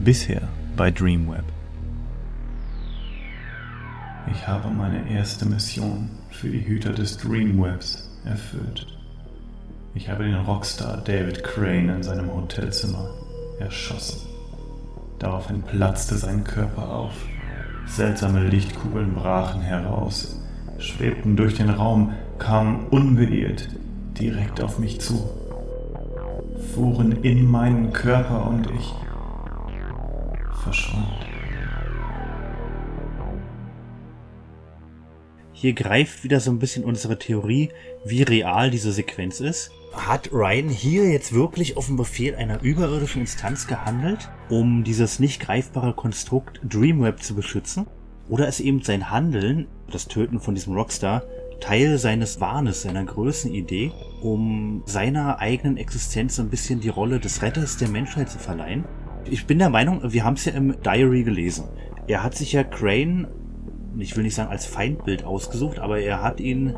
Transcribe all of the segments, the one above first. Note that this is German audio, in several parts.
Bisher bei Dreamweb. Ich habe meine erste Mission für die Hüter des Dreamwebs erfüllt. Ich habe den Rockstar David Crane in seinem Hotelzimmer erschossen. Daraufhin platzte sein Körper auf. Seltsame Lichtkugeln brachen heraus, schwebten durch den Raum, kamen unbeirrt direkt auf mich zu, fuhren in meinen Körper und ich verschwand. Hier greift wieder so ein bisschen unsere Theorie, wie real diese Sequenz ist. Hat Ryan hier jetzt wirklich auf den Befehl einer überirdischen Instanz gehandelt, um dieses nicht greifbare Konstrukt Dreamweb zu beschützen? Oder ist eben sein Handeln, das Töten von diesem Rockstar, Teil seines Wahnes, seiner Größenidee, um seiner eigenen Existenz so ein bisschen die Rolle des Retters der Menschheit zu verleihen? Ich bin der Meinung, wir haben es ja im Diary gelesen. Er hat sich ja Crane, ich will nicht sagen als Feindbild ausgesucht, aber er hat ihn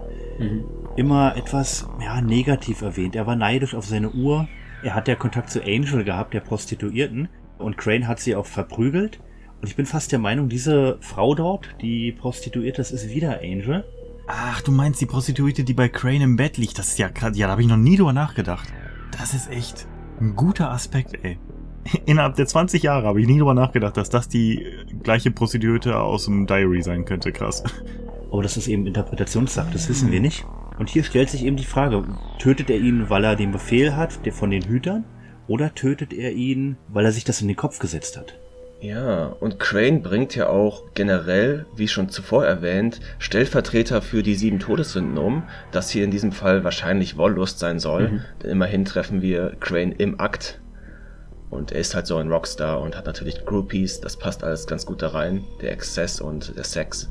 immer etwas negativ erwähnt. Er war neidisch auf seine Uhr. Er hat ja Kontakt zu Angel gehabt, der Prostituierten. Und Crane hat sie auch verprügelt. Und ich bin fast der Meinung, diese Frau dort, die Prostituierte, das ist wieder Angel. Ach, du meinst die Prostituierte, die bei Crane im Bett liegt. Das ist ja krass. Ja, da habe ich noch nie drüber nachgedacht. Das ist echt ein guter Aspekt, ey. Innerhalb der 20 Jahre habe ich nie drüber nachgedacht, dass das die gleiche Prostituierte aus dem Diary sein könnte. Krass. Aber das ist eben Interpretationssache, das wissen wir nicht. Und hier stellt sich eben die Frage, tötet er ihn, weil er den Befehl hat, der von den Hütern, oder tötet er ihn, weil er sich das in den Kopf gesetzt hat? Ja, und Crane bringt ja auch generell, wie schon zuvor erwähnt, Stellvertreter für die 7 Todessünden um, das hier in diesem Fall wahrscheinlich Wollust sein soll. Denn immerhin treffen wir Crane im Akt. Und er ist halt so ein Rockstar und hat natürlich Groupies, das passt alles ganz gut da rein, der Exzess und der Sex.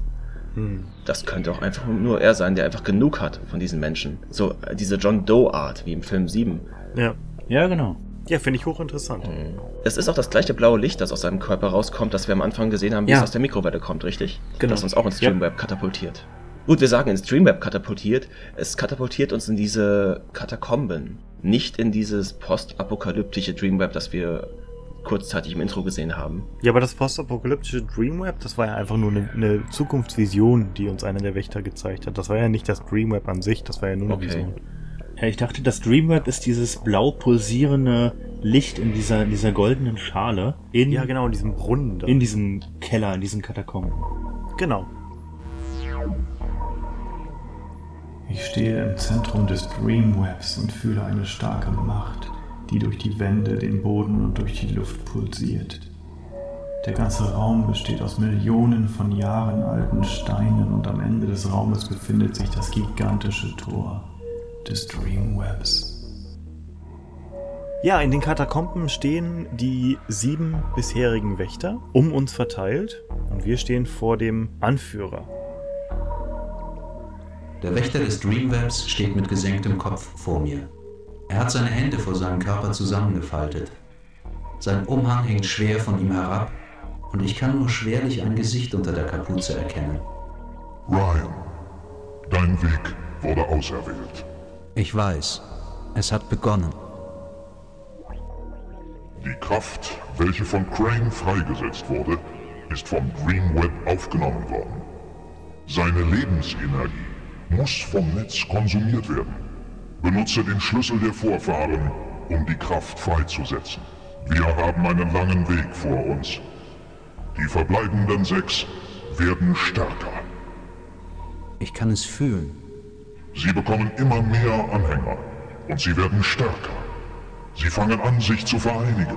Das könnte auch einfach nur er sein, der einfach genug hat von diesen Menschen. So diese John Doe-Art, wie im Film 7. Ja, genau. Ja, finde ich hochinteressant. Es ist auch das gleiche blaue Licht, das aus seinem Körper rauskommt, das wir am Anfang gesehen haben, wie es aus der Mikrowelle kommt, richtig? Genau. Das uns auch ins Dreamweb katapultiert. Gut, wir sagen ins Dreamweb katapultiert. Es katapultiert uns in diese Katakomben. Nicht in dieses postapokalyptische Dreamweb, das wir kurzzeitig im Intro gesehen haben. Ja, aber das postapokalyptische Dreamweb, das war ja einfach nur eine Zukunftsvision, die uns einer der Wächter gezeigt hat. Das war ja nicht das Dreamweb an sich, das war ja nur eine Vision. Ja, ich dachte, das Dreamweb ist dieses blau pulsierende Licht in dieser goldenen Schale. Ja, genau, in diesem Brunnen da. In diesem Keller, in diesen Katakomben. Genau. Ich stehe im Zentrum des Dreamwebs und fühle eine starke Macht, die durch die Wände, den Boden und durch die Luft pulsiert. Der ganze Raum besteht aus Millionen von Jahren alten Steinen und am Ende des Raumes befindet sich das gigantische Tor des Dreamwebs. Ja, in den Katakomben stehen die 7 bisherigen Wächter um uns verteilt und wir stehen vor dem Anführer. Der Wächter des Dreamwebs steht mit gesenktem Kopf vor mir. Er hat seine Hände vor seinem Körper zusammengefaltet. Sein Umhang hängt schwer von ihm herab und ich kann nur schwerlich ein Gesicht unter der Kapuze erkennen. Ryan, dein Weg wurde auserwählt. Ich weiß, es hat begonnen. Die Kraft, welche von Crane freigesetzt wurde, ist vom Dreamweb aufgenommen worden. Seine Lebensenergie muss vom Netz konsumiert werden. Benutze den Schlüssel der Vorfahren, um die Kraft freizusetzen. Wir haben einen langen Weg vor uns. Die verbleibenden 6 werden stärker. Ich kann es fühlen. Sie bekommen immer mehr Anhänger und sie werden stärker. Sie fangen an, sich zu vereinigen.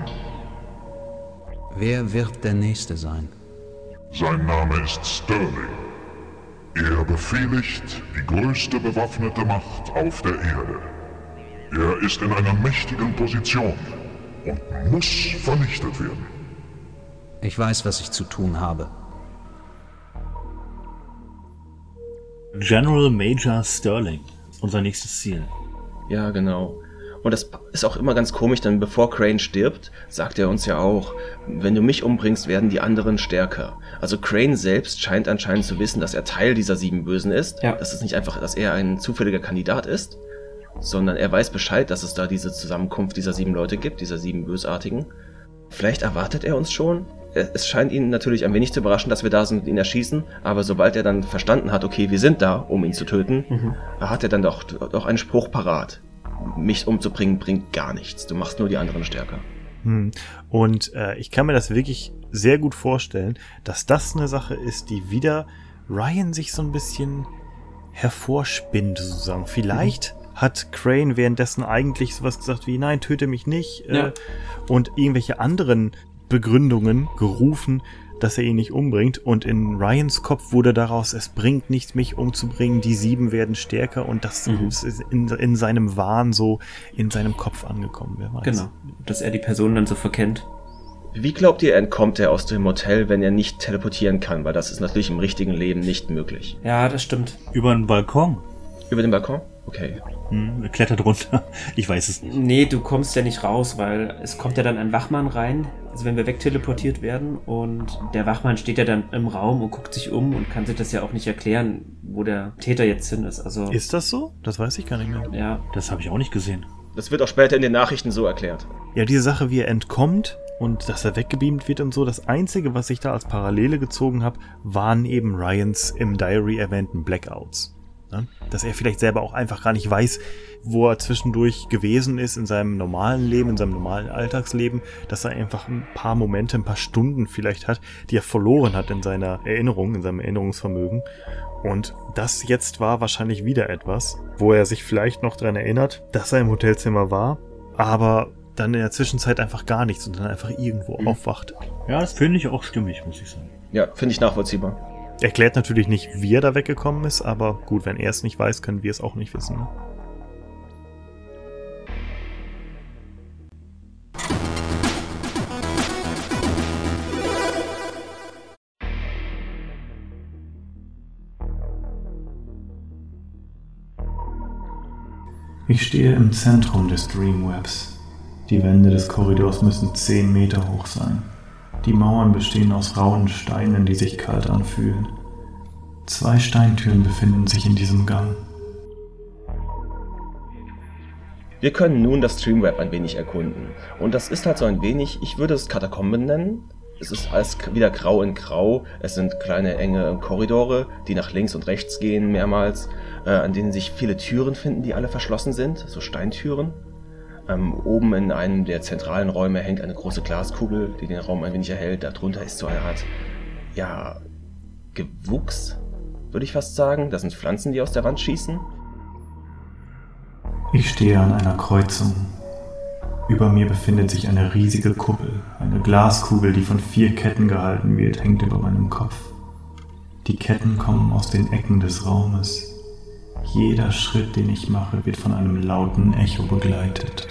Wer wird der Nächste sein? Sein Name ist Sterling. Er befehligt die größte bewaffnete Macht auf der Erde. Er ist in einer mächtigen Position und muss vernichtet werden. Ich weiß, was ich zu tun habe. General Major Sterling, unser nächstes Ziel. Ja, genau. Und das ist auch immer ganz komisch, denn bevor Crane stirbt, sagt er uns ja auch, wenn du mich umbringst, werden die anderen stärker. Also Crane selbst scheint anscheinend zu wissen, dass er Teil dieser 7 Bösen ist. Ja. Das ist nicht einfach, dass er ein zufälliger Kandidat ist, sondern er weiß Bescheid, dass es da diese Zusammenkunft dieser 7 Leute gibt, dieser 7 Bösartigen. Vielleicht erwartet er uns schon? Es scheint ihn natürlich ein wenig zu überraschen, dass wir da sind und ihn erschießen, aber sobald er dann verstanden hat, okay, wir sind da, um ihn zu töten, hat er dann doch einen Spruch parat. Mich umzubringen bringt gar nichts, du machst nur die anderen stärker. Und ich kann mir das wirklich sehr gut vorstellen, dass das eine Sache ist, die wieder Ryan sich so ein bisschen hervorspinnt, sozusagen. Vielleicht hat Crane währenddessen eigentlich sowas gesagt wie, nein, töte mich nicht, und irgendwelche anderen Begründungen gerufen, dass er ihn nicht umbringt, und in Ryans Kopf wurde daraus, es bringt nichts, mich umzubringen, die 7 werden stärker, und das ist in seinem Wahn so in seinem Kopf angekommen, wer weiß. Genau, dass er die Person dann so verkennt. Wie glaubt ihr, entkommt er aus dem Hotel, wenn er nicht teleportieren kann? Weil das ist natürlich im richtigen Leben nicht möglich. Ja, das stimmt. Über den Balkon? Über den Balkon? Okay. Er klettert runter. Ich weiß es nicht. Nee, du kommst ja nicht raus, weil es kommt ja dann ein Wachmann rein, also wenn wir wegteleportiert werden, und der Wachmann steht ja dann im Raum und guckt sich um und kann sich das ja auch nicht erklären, wo der Täter jetzt hin ist. Also, ist das so? Das weiß ich gar nicht mehr. Ja. Das habe ich auch nicht gesehen. Das wird auch später in den Nachrichten so erklärt. Ja, diese Sache, wie er entkommt und dass er weggebeamt wird und so, das Einzige, was ich da als Parallele gezogen habe, waren eben Ryans im Diary erwähnten Blackouts. Dass er vielleicht selber auch einfach gar nicht weiß, wo er zwischendurch gewesen ist in seinem normalen Leben, in seinem normalen Alltagsleben, dass er einfach ein paar Momente, ein paar Stunden vielleicht hat, die er verloren hat in seiner Erinnerung, in seinem Erinnerungsvermögen. Und das jetzt war wahrscheinlich wieder etwas, wo er sich vielleicht noch daran erinnert, dass er im Hotelzimmer war, aber dann in der Zwischenzeit einfach gar nichts und dann einfach irgendwo aufwacht. Ja, das finde ich auch stimmig, muss ich sagen. Ja, finde ich nachvollziehbar. Erklärt natürlich nicht, wie er da weggekommen ist, aber gut, wenn er es nicht weiß, können wir es auch nicht wissen. Ne? Ich stehe im Zentrum des Dreamwebs. Die Wände des Korridors müssen 10 Meter hoch sein. Die Mauern bestehen aus rauen Steinen, die sich kalt anfühlen. 2 Steintüren befinden sich in diesem Gang. Wir können nun das Dreamweb ein wenig erkunden. Und das ist halt so ein wenig, ich würde es Katakomben nennen. Es ist alles wieder grau in grau. Es sind kleine, enge Korridore, die nach links und rechts gehen mehrmals, an denen sich viele Türen finden, die alle verschlossen sind, so Steintüren. Oben in einem der zentralen Räume hängt eine große Glaskugel, die den Raum ein wenig erhält. Darunter ist so eine Art, ja, Gewuchs, würde ich fast sagen. Das sind Pflanzen, die aus der Wand schießen. Ich stehe an einer Kreuzung. Über mir befindet sich eine riesige Kuppel. Eine Glaskugel, die von 4 Ketten gehalten wird, hängt über meinem Kopf. Die Ketten kommen aus den Ecken des Raumes. Jeder Schritt, den ich mache, wird von einem lauten Echo begleitet.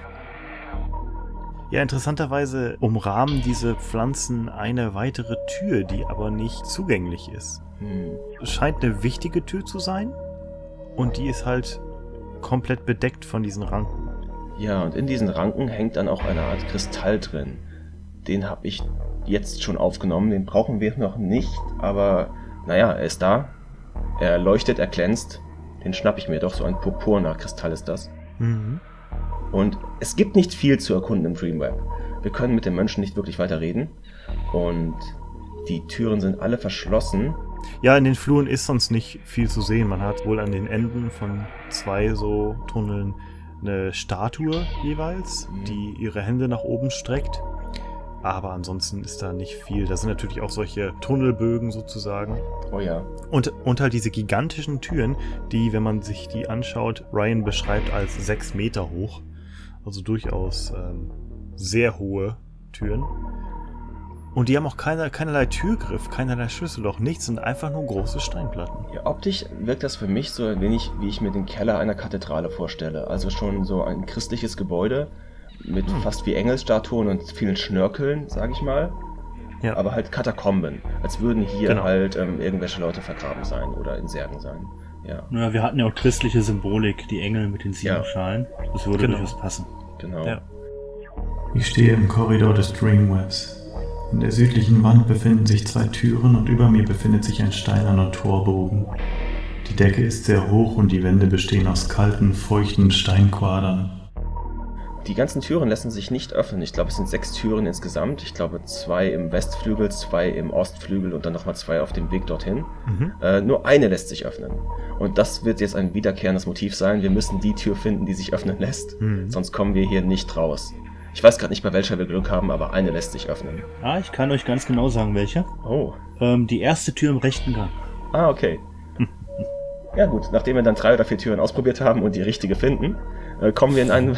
Ja, interessanterweise umrahmen diese Pflanzen eine weitere Tür, die aber nicht zugänglich ist. Es scheint eine wichtige Tür zu sein und die ist halt komplett bedeckt von diesen Ranken. Ja, und in diesen Ranken hängt dann auch eine Art Kristall drin. Den habe ich jetzt schon aufgenommen, den brauchen wir noch nicht, aber naja, er ist da. Er leuchtet, er glänzt. Den schnapp ich mir doch, so ein purpurner Kristall ist das. Und es gibt nicht viel zu erkunden im Dreamweb. Wir können mit den Menschen nicht wirklich weiter reden. Und die Türen sind alle verschlossen. Ja, in den Fluren ist sonst nicht viel zu sehen. Man hat wohl an den Enden von 2 so Tunneln eine Statue jeweils, die ihre Hände nach oben streckt. Aber ansonsten ist da nicht viel. Da sind natürlich auch solche Tunnelbögen sozusagen. Oh ja. Und halt diese gigantischen Türen, die, wenn man sich die anschaut, Ryan beschreibt als 6 Meter hoch. Also durchaus sehr hohe Türen. Und die haben auch keinerlei Türgriff, keinerlei Schlüsselloch, nichts, sind einfach nur große Steinplatten. Ja, optisch wirkt das für mich so ein wenig, wie ich mir den Keller einer Kathedrale vorstelle. Also schon so ein christliches Gebäude mit fast wie Engelsstatuen und vielen Schnörkeln, sag ich mal. Ja. Aber halt Katakomben, als würden hier Genau. halt irgendwelche Leute vergraben sein oder in Särgen sein. Ja, Ja, wir hatten ja auch christliche Symbolik, die Engel mit den 7 Ja. Schalen. Das würde durchaus passen. genau. Ja. Ich stehe im Korridor des Dreamwebs. In der südlichen Wand befinden sich 2 Türen und über mir befindet sich ein steinerner Torbogen. Die Decke ist sehr hoch und die Wände bestehen aus kalten, feuchten Steinquadern. Die ganzen Türen lassen sich nicht öffnen. Ich glaube, es sind 6 Türen insgesamt. Ich glaube, 2 im Westflügel, 2 im Ostflügel und dann nochmal 2 auf dem Weg dorthin. Nur eine lässt sich öffnen. Und das wird jetzt ein wiederkehrendes Motiv sein. Wir müssen die Tür finden, die sich öffnen lässt. Sonst kommen wir hier nicht raus. Ich weiß gerade nicht, bei welcher wir Glück haben, aber eine lässt sich öffnen. Ah, ich kann euch ganz genau sagen, welche. Oh. Die erste Tür im rechten Gang. Ah, okay. Ja gut, nachdem wir dann 3 oder 4 Türen ausprobiert haben und die richtige finden, kommen wir in einen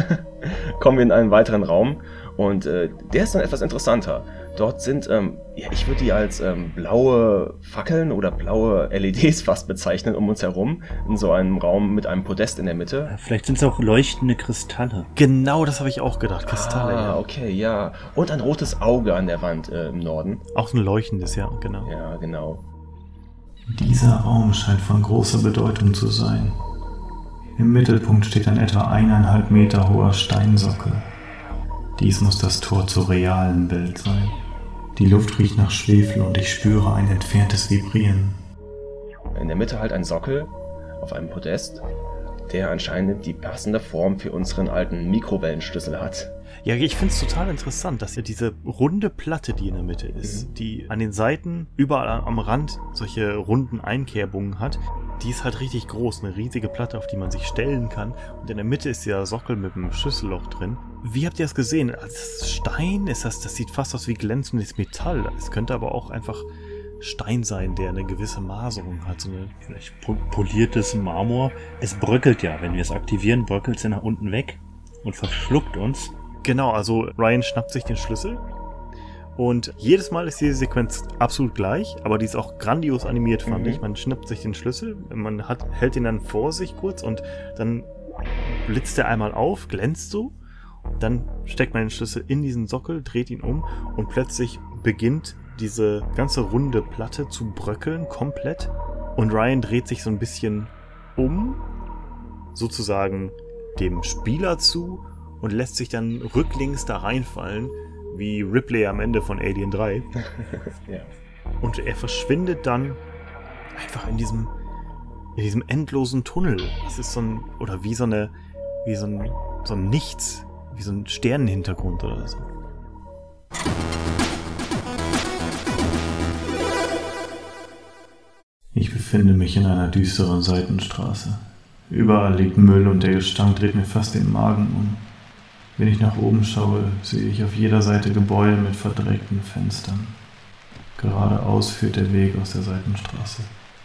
weiteren Raum und der ist dann etwas interessanter. Dort sind, ich würde die als blaue Fackeln oder blaue LEDs fast bezeichnen um uns herum, in so einem Raum mit einem Podest in der Mitte. Vielleicht sind es auch leuchtende Kristalle. Genau, das habe ich auch gedacht, Kristalle. Ah, okay, ja. Und ein rotes Auge an der Wand im Norden. Auch ein leuchtendes, ja, genau. Ja, genau. Dieser Raum scheint von großer Bedeutung zu sein. Im Mittelpunkt steht ein etwa 1,5 Meter hoher Steinsockel. Dies muss das Tor zur realen Welt sein. Die Luft riecht nach Schwefel und ich spüre ein entferntes Vibrieren. In der Mitte halt ein Sockel auf einem Podest, der anscheinend die passende Form für unseren alten Mikrowellenschlüssel hat. Ja, ich finde es total interessant, dass ja diese runde Platte, die in der Mitte ist, die an den Seiten überall am Rand solche runden Einkerbungen hat, die ist halt richtig groß, eine riesige Platte, auf die man sich stellen kann. Und in der Mitte ist der Sockel mit einem Schlüsselloch drin. Wie habt ihr das gesehen? Ist das Stein? Das sieht fast aus wie glänzendes Metall. Es könnte aber auch einfach Stein sein, der eine gewisse Maserung hat. So eine vielleicht poliertes Marmor. Es bröckelt ja. Wenn wir es aktivieren, bröckelt es ja nach unten weg und verschluckt uns. Genau, also Ryan schnappt sich den Schlüssel und jedes Mal ist diese Sequenz absolut gleich, aber die ist auch grandios animiert, fand ich. Man schnappt sich den Schlüssel, man hält ihn dann vor sich kurz und dann blitzt er einmal auf, glänzt so, dann steckt man den Schlüssel in diesen Sockel, dreht ihn um und plötzlich beginnt diese ganze runde Platte zu bröckeln, komplett, und Ryan dreht sich so ein bisschen um, sozusagen dem Spieler zu, und lässt sich dann rücklings da reinfallen, wie Ripley am Ende von Alien 3. Ja. Und er verschwindet dann einfach in diesem endlosen Tunnel. Das ist so ein Nichts, wie so ein Sternenhintergrund oder so. Ich befinde mich in einer düsteren Seitenstraße. Überall liegt Müll und der Gestank dreht mir fast den Magen um. Wenn ich nach oben schaue, sehe ich auf jeder Seite Gebäude mit verdreckten Fenstern. Geradeaus führt der Weg aus der Seitenstraße.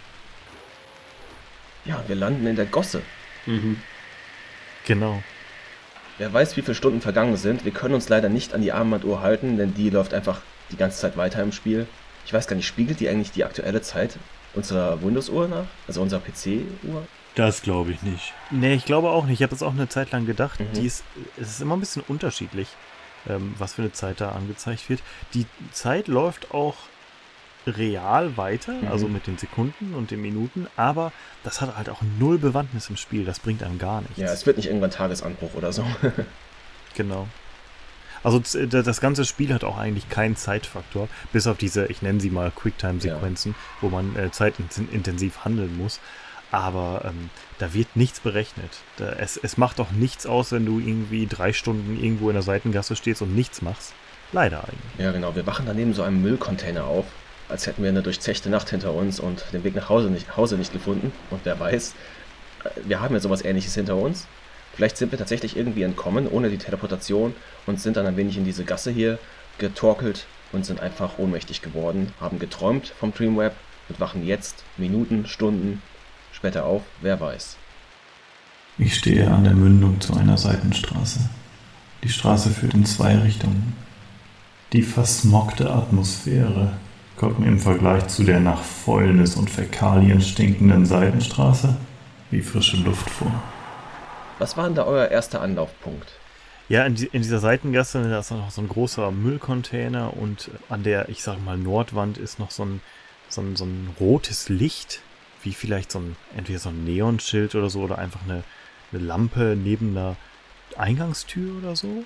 Ja, wir landen in der Gosse. Genau. Wer weiß, wie viele Stunden vergangen sind. Wir können uns leider nicht an die Armbanduhr halten, denn die läuft einfach die ganze Zeit weiter im Spiel. Ich weiß gar nicht, spiegelt die eigentlich die aktuelle Zeit unserer Windows-Uhr nach? Also unserer PC-Uhr? Das glaube ich nicht. Nee, ich glaube auch nicht. Ich habe das auch eine Zeit lang gedacht. Es ist immer ein bisschen unterschiedlich, was für eine Zeit da angezeigt wird. Die Zeit läuft auch real weiter, also mit den Sekunden und den Minuten, aber das hat halt auch null Bewandtnis im Spiel. Das bringt einem gar nichts. Ja, es wird nicht irgendwann Tagesanbruch oder so. Genau. Also das ganze Spiel hat auch eigentlich keinen Zeitfaktor, bis auf diese, ich nenne sie mal Quicktime-Sequenzen, wo man zeitintensiv handeln muss. Aber da wird nichts berechnet. Es macht auch nichts aus, wenn du irgendwie 3 Stunden irgendwo in der Seitengasse stehst und nichts machst. Leider eigentlich. Ja, genau. Wir wachen daneben so einem Müllcontainer auf, als hätten wir eine durchzechte Nacht hinter uns und den Weg nach Hause nicht gefunden. Und wer weiß, wir haben ja sowas Ähnliches hinter uns. Vielleicht sind wir tatsächlich irgendwie entkommen, ohne die Teleportation, und sind dann ein wenig in diese Gasse hier getorkelt und sind einfach ohnmächtig geworden, haben geträumt vom Dreamweb und wachen jetzt Minuten, Stunden später auf, wer weiß. Ich stehe an der Mündung zu einer Seitenstraße. Die Straße führt in 2 Richtungen. Die versmogte Atmosphäre kommt mir im Vergleich zu der nach Fäulnis und Fäkalien stinkenden Seitenstraße wie frische Luft vor. Was war denn da euer erster Anlaufpunkt? Ja, in dieser Seitengasse, da ist noch so ein großer Müllcontainer und an der, ich sag mal, Nordwand ist noch so ein rotes Licht, wie vielleicht entweder so ein Neonschild oder so, oder einfach eine Lampe neben einer Eingangstür oder so.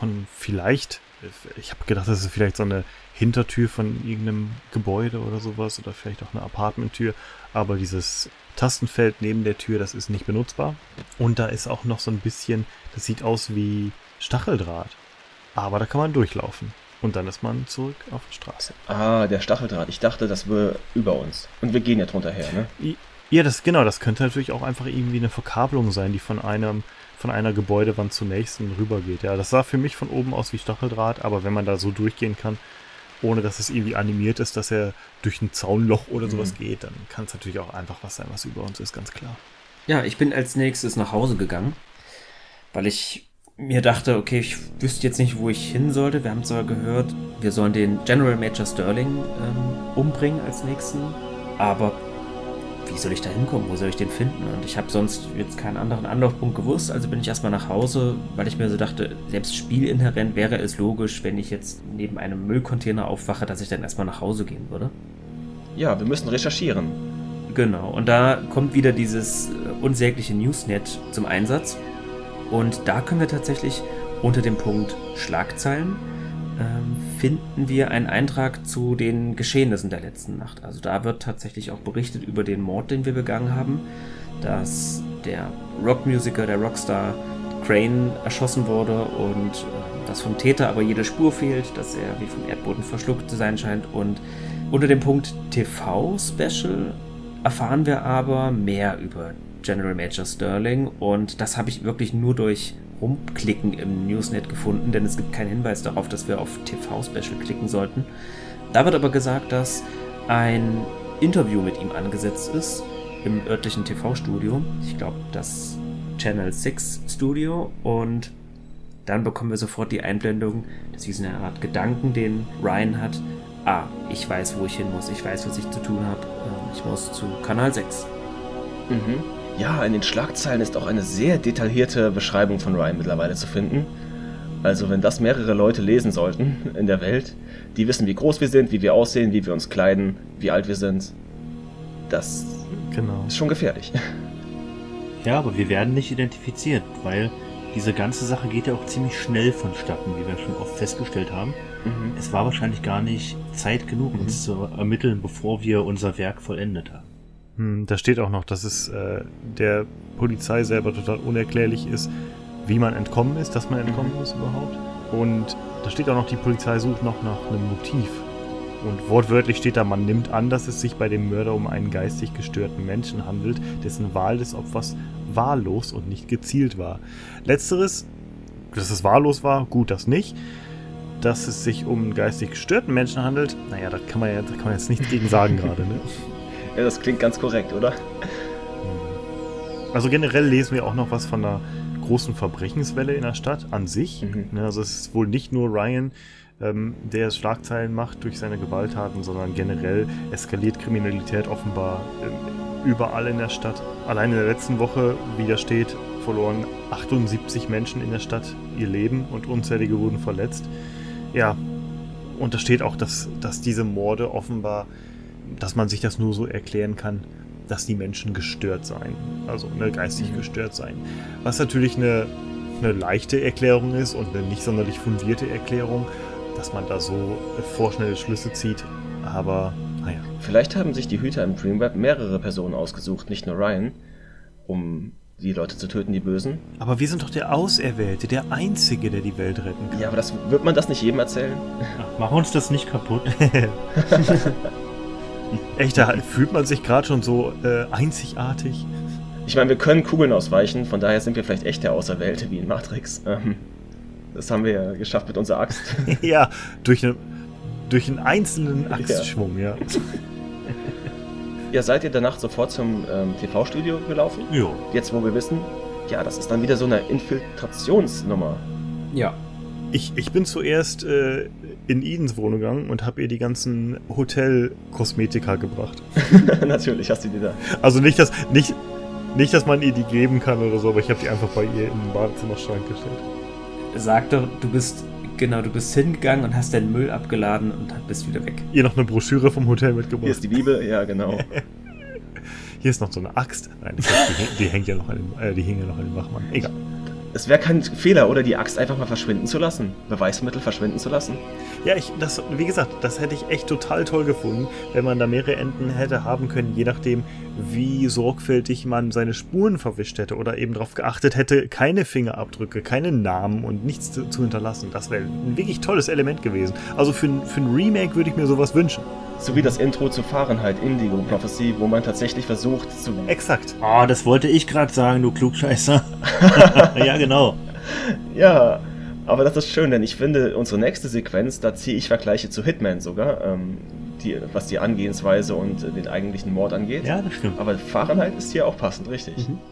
Ich habe gedacht, das ist vielleicht so eine Hintertür von irgendeinem Gebäude oder sowas, oder vielleicht auch eine Apartmenttür, aber dieses Tastenfeld neben der Tür, das ist nicht benutzbar. Und da ist auch noch so ein bisschen, das sieht aus wie Stacheldraht. Aber da kann man durchlaufen. Und dann ist man zurück auf der Straße. Ah, der Stacheldraht. Ich dachte, das wäre über uns. Und wir gehen ja drunter her, ne? Ja, das könnte natürlich auch einfach irgendwie eine Verkabelung sein, die von einer Gebäudewand zur nächsten rübergeht. Ja, das sah für mich von oben aus wie Stacheldraht, aber wenn man da so durchgehen kann, ohne dass es irgendwie animiert ist, dass er durch ein Zaunloch oder sowas geht, dann kann es natürlich auch einfach was sein, was über uns ist, ganz klar. Ja, ich bin als nächstes nach Hause gegangen, weil ich mir dachte, okay, ich wüsste jetzt nicht, wo ich hin sollte. Wir haben zwar gehört, wir sollen den General Major Sterling umbringen als nächsten, aber wie soll ich da hinkommen? Wo soll ich den finden? Und ich habe sonst jetzt keinen anderen Anlaufpunkt gewusst, also bin ich erstmal nach Hause, weil ich mir so dachte, selbst spielinhärent wäre es logisch, wenn ich jetzt neben einem Müllcontainer aufwache, dass ich dann erstmal nach Hause gehen würde. Ja, wir müssen recherchieren. Genau, und da kommt wieder dieses unsägliche Newsnet zum Einsatz. Und da können wir tatsächlich unter dem Punkt Schlagzeilen finden wir einen Eintrag zu den Geschehnissen der letzten Nacht. Also da wird tatsächlich auch berichtet über den Mord, den wir begangen haben, dass der Rockmusiker, der Rockstar Crane erschossen wurde und dass vom Täter aber jede Spur fehlt, dass er wie vom Erdboden verschluckt zu sein scheint. Und unter dem Punkt TV-Special erfahren wir aber mehr über General Major Sterling und das habe ich wirklich nur durch Rumklicken im Newsnet gefunden, denn es gibt keinen Hinweis darauf, dass wir auf TV-Special klicken sollten. Da wird aber gesagt, dass ein Interview mit ihm angesetzt ist im örtlichen TV-Studio. Ich glaube, das Channel 6 Studio und dann bekommen wir sofort die Einblendung, das ist eine Art Gedanken, den Ryan hat. Ich weiß, wo ich hin muss, ich weiß, was ich zu tun habe. Ich muss zu Kanal 6. Mhm. Ja, in den Schlagzeilen ist auch eine sehr detaillierte Beschreibung von Ryan mittlerweile zu finden. Also wenn das mehrere Leute lesen sollten in der Welt, die wissen, wie groß wir sind, wie wir aussehen, wie wir uns kleiden, wie alt wir sind, das ist schon gefährlich. Ja, aber wir werden nicht identifiziert, weil diese ganze Sache geht ja auch ziemlich schnell vonstatten, wie wir schon oft festgestellt haben. Es war wahrscheinlich gar nicht Zeit genug, uns zu ermitteln, bevor wir unser Werk vollendet haben. Da steht auch noch, dass es der Polizei selber total unerklärlich ist, wie man entkommen ist, dass man entkommen ist überhaupt. Und da steht auch noch, die Polizei sucht noch nach einem Motiv. Und wortwörtlich steht da, man nimmt an, dass es sich bei dem Mörder um einen geistig gestörten Menschen handelt, dessen Wahl des Opfers wahllos und nicht gezielt war. Letzteres, dass es wahllos war, gut, das nicht. Dass es sich um einen geistig gestörten Menschen handelt, naja, da kann man jetzt nichts gegen sagen gerade, ne? Ja, das klingt ganz korrekt, oder? Also generell lesen wir auch noch was von einer großen Verbrechenswelle in der Stadt an sich. Also es ist wohl nicht nur Ryan, der Schlagzeilen macht durch seine Gewalttaten, sondern generell eskaliert Kriminalität offenbar überall in der Stadt. Allein in der letzten Woche, wie da steht, verloren 78 Menschen in der Stadt ihr Leben und unzählige wurden verletzt. Ja, und da steht auch, dass diese Morde offenbar, dass man sich das nur so erklären kann, dass die Menschen gestört seien, also geistig gestört seien. Was natürlich eine leichte Erklärung ist und eine nicht sonderlich fundierte Erklärung, dass man da so vorschnelle Schlüsse zieht, aber naja. Vielleicht haben sich die Hüter im Dreamweb mehrere Personen ausgesucht, nicht nur Ryan, um die Leute zu töten, die Bösen. Aber wir sind doch der Auserwählte, der Einzige, der die Welt retten kann. Ja, aber wird man das nicht jedem erzählen? Ach, mach uns das nicht kaputt. Echt, da fühlt man sich gerade schon so einzigartig. Ich meine, wir können Kugeln ausweichen, von daher sind wir vielleicht echt der Auserwählte, wie in Matrix. Das haben wir ja geschafft mit unserer Axt. Ja, durch einen einzelnen Axtschwung, ja. Ja, seid ihr danach sofort zum TV-Studio gelaufen? Ja. Jetzt, wo wir wissen, ja, das ist dann wieder so eine Infiltrationsnummer. Ja. Ich bin zuerst in Edens Wohnung gegangen und habe ihr die ganzen Hotel-Kosmetika gebracht. Natürlich hast du die da. Also nicht, dass man ihr die geben kann oder so, aber ich habe die einfach bei ihr in den Badezimmerschrank gestellt. Sag doch, du bist hingegangen und hast deinen Müll abgeladen und bist wieder weg. Ihr noch eine Broschüre vom Hotel mitgebracht. Hier ist die Bibel, ja genau. Hier ist noch so eine Axt. Nein, die hängt ja noch an dem, die hing ja noch an dem Wachmann. Egal. es wäre kein Fehler, oder die Axt einfach mal verschwinden zu lassen, Beweismittel verschwinden zu lassen. Ja, wie gesagt, das hätte ich echt total toll gefunden, wenn man da mehrere Enden hätte haben können, je nachdem, wie sorgfältig man seine Spuren verwischt hätte oder eben darauf geachtet hätte, keine Fingerabdrücke, keine Namen und nichts zu hinterlassen. Das wäre ein wirklich tolles Element gewesen. Also für ein Remake würde ich mir sowas wünschen. So wie das Intro zu Fahrenheit Indigo Prophecy, wo man tatsächlich versucht zu... Exakt. Oh, das wollte ich gerade sagen, du Klugscheißer. Ja, genau. Ja, aber das ist schön, denn ich finde, unsere nächste Sequenz, da ziehe ich Vergleiche zu Hitman sogar, was die Angehensweise und den eigentlichen Mord angeht. Ja, das stimmt. Aber Fahrenheit ist hier auch passend, richtig. Mhm.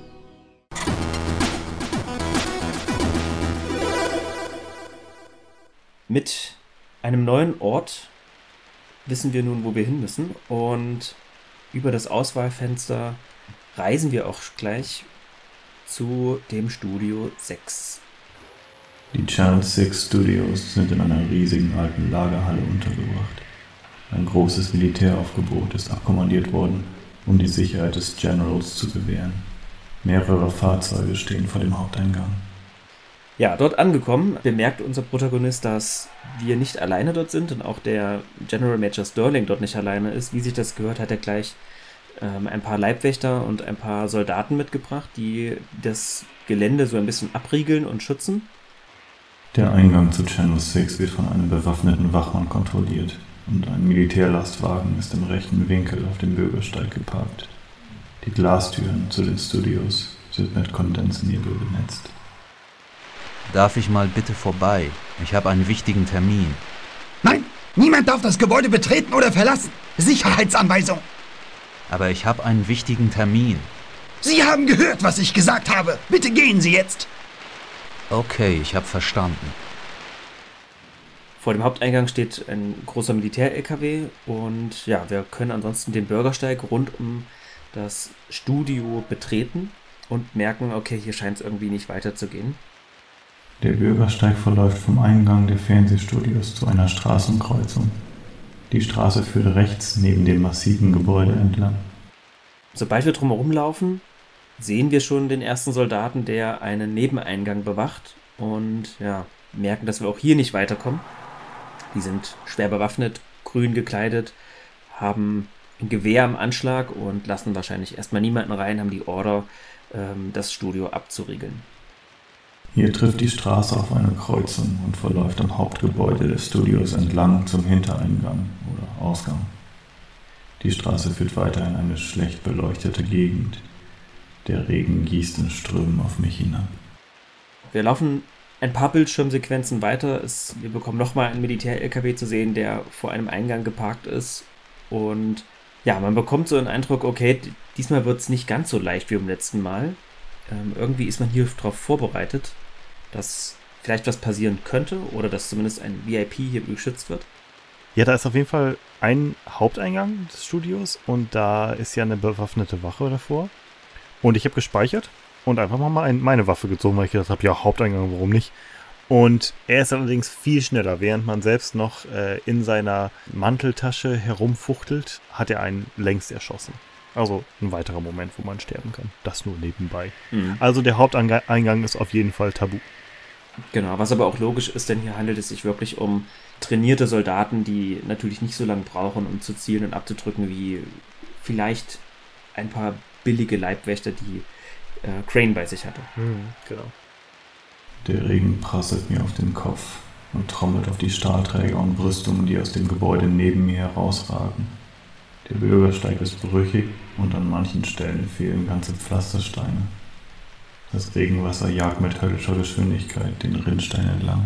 Mit einem neuen Ort wissen wir nun, wo wir hin müssen, und über das Auswahlfenster reisen wir auch gleich zu dem Studio 6. Die Channel 6 Studios sind in einer riesigen alten Lagerhalle untergebracht. Ein großes Militäraufgebot ist abkommandiert worden, um die Sicherheit des Generals zu gewähren. Mehrere Fahrzeuge stehen vor dem Haupteingang. Ja, dort angekommen, bemerkt unser Protagonist, dass wir nicht alleine dort sind und auch der General Major Sterling dort nicht alleine ist. Wie sich das gehört, hat er gleich ein paar Leibwächter und ein paar Soldaten mitgebracht, die das Gelände so ein bisschen abriegeln und schützen. Der Eingang zu Channel 6 wird von einem bewaffneten Wachmann kontrolliert und ein Militärlastwagen ist im rechten Winkel auf dem Bürgersteig geparkt. Die Glastüren zu den Studios sind mit Kondensnebel benetzt. Darf ich mal bitte vorbei? Ich habe einen wichtigen Termin. Nein, niemand darf das Gebäude betreten oder verlassen. Sicherheitsanweisung. Aber ich habe einen wichtigen Termin. Sie haben gehört, was ich gesagt habe. Bitte gehen Sie jetzt. Okay, ich habe verstanden. Vor dem Haupteingang steht ein großer Militär-LKW und ja, wir können ansonsten den Bürgersteig rund um das Studio betreten und merken, okay, hier scheint es irgendwie nicht weiterzugehen. Der Bürgersteig verläuft vom Eingang der Fernsehstudios zu einer Straßenkreuzung. Die Straße führt rechts neben dem massiven Gebäude entlang. Sobald wir drumherum laufen, sehen wir schon den ersten Soldaten, der einen Nebeneingang bewacht, und ja, merken, dass wir auch hier nicht weiterkommen. Die sind schwer bewaffnet, grün gekleidet, haben ein Gewehr am Anschlag und lassen wahrscheinlich erstmal niemanden rein, haben die Order, das Studio abzuriegeln. Hier trifft die Straße auf eine Kreuzung und verläuft am Hauptgebäude des Studios entlang zum Hintereingang oder Ausgang. Die Straße führt weiter in eine schlecht beleuchtete Gegend. Der Regen gießt in Strömen auf mich hinab. Wir laufen ein paar Bildschirmsequenzen weiter. Wir bekommen nochmal einen Militär-LKW zu sehen, der vor einem Eingang geparkt ist. Und ja, man bekommt so einen Eindruck, okay, diesmal wird es nicht ganz so leicht wie beim letzten Mal. Irgendwie ist man hier darauf vorbereitet, dass vielleicht was passieren könnte oder dass zumindest ein VIP hier geschützt wird. Ja, da ist auf jeden Fall ein Haupteingang des Studios und da ist ja eine bewaffnete Wache davor. Und ich habe gespeichert und einfach mal meine Waffe gezogen, weil ich gedacht habe, ja, Haupteingang, warum nicht? Und er ist allerdings viel schneller. Während man selbst noch in seiner Manteltasche herumfuchtelt, hat er einen längst erschossen. Also ein weiterer Moment, wo man sterben kann. Das nur nebenbei. Mhm. Also der Haupteingang ist auf jeden Fall tabu. Genau, was aber auch logisch ist, denn hier handelt es sich wirklich um trainierte Soldaten, die natürlich nicht so lange brauchen, um zu zielen und abzudrücken, wie vielleicht ein paar billige Leibwächter, die Crane bei sich hatte. Mhm, genau. Der Regen prasselt mir auf den Kopf und trommelt auf die Stahlträger und Brüstungen, die aus dem Gebäude neben mir herausragen. Der Bürgersteig ist brüchig und an manchen Stellen fehlen ganze Pflastersteine. Das Regenwasser jagt mit höllischer Geschwindigkeit den Rinnstein entlang.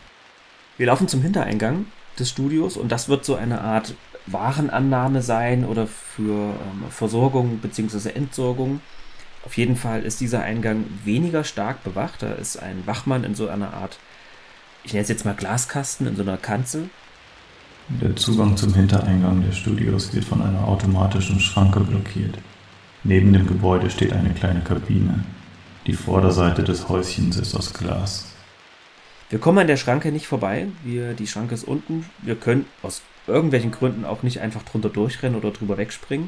Wir laufen zum Hintereingang des Studios und das wird so eine Art Warenannahme sein oder für Versorgung bzw. Entsorgung. Auf jeden Fall ist dieser Eingang weniger stark bewacht. Da ist ein Wachmann in so einer Art, ich nenne es jetzt mal Glaskasten, in so einer Kanzel. Der Zugang zum Hintereingang der Studios wird von einer automatischen Schranke blockiert. Neben dem Gebäude steht eine kleine Kabine. Die Vorderseite des Häuschens ist aus Glas. Wir kommen an der Schranke nicht vorbei. Die Schranke ist unten. Wir können aus irgendwelchen Gründen auch nicht einfach drunter durchrennen oder drüber wegspringen.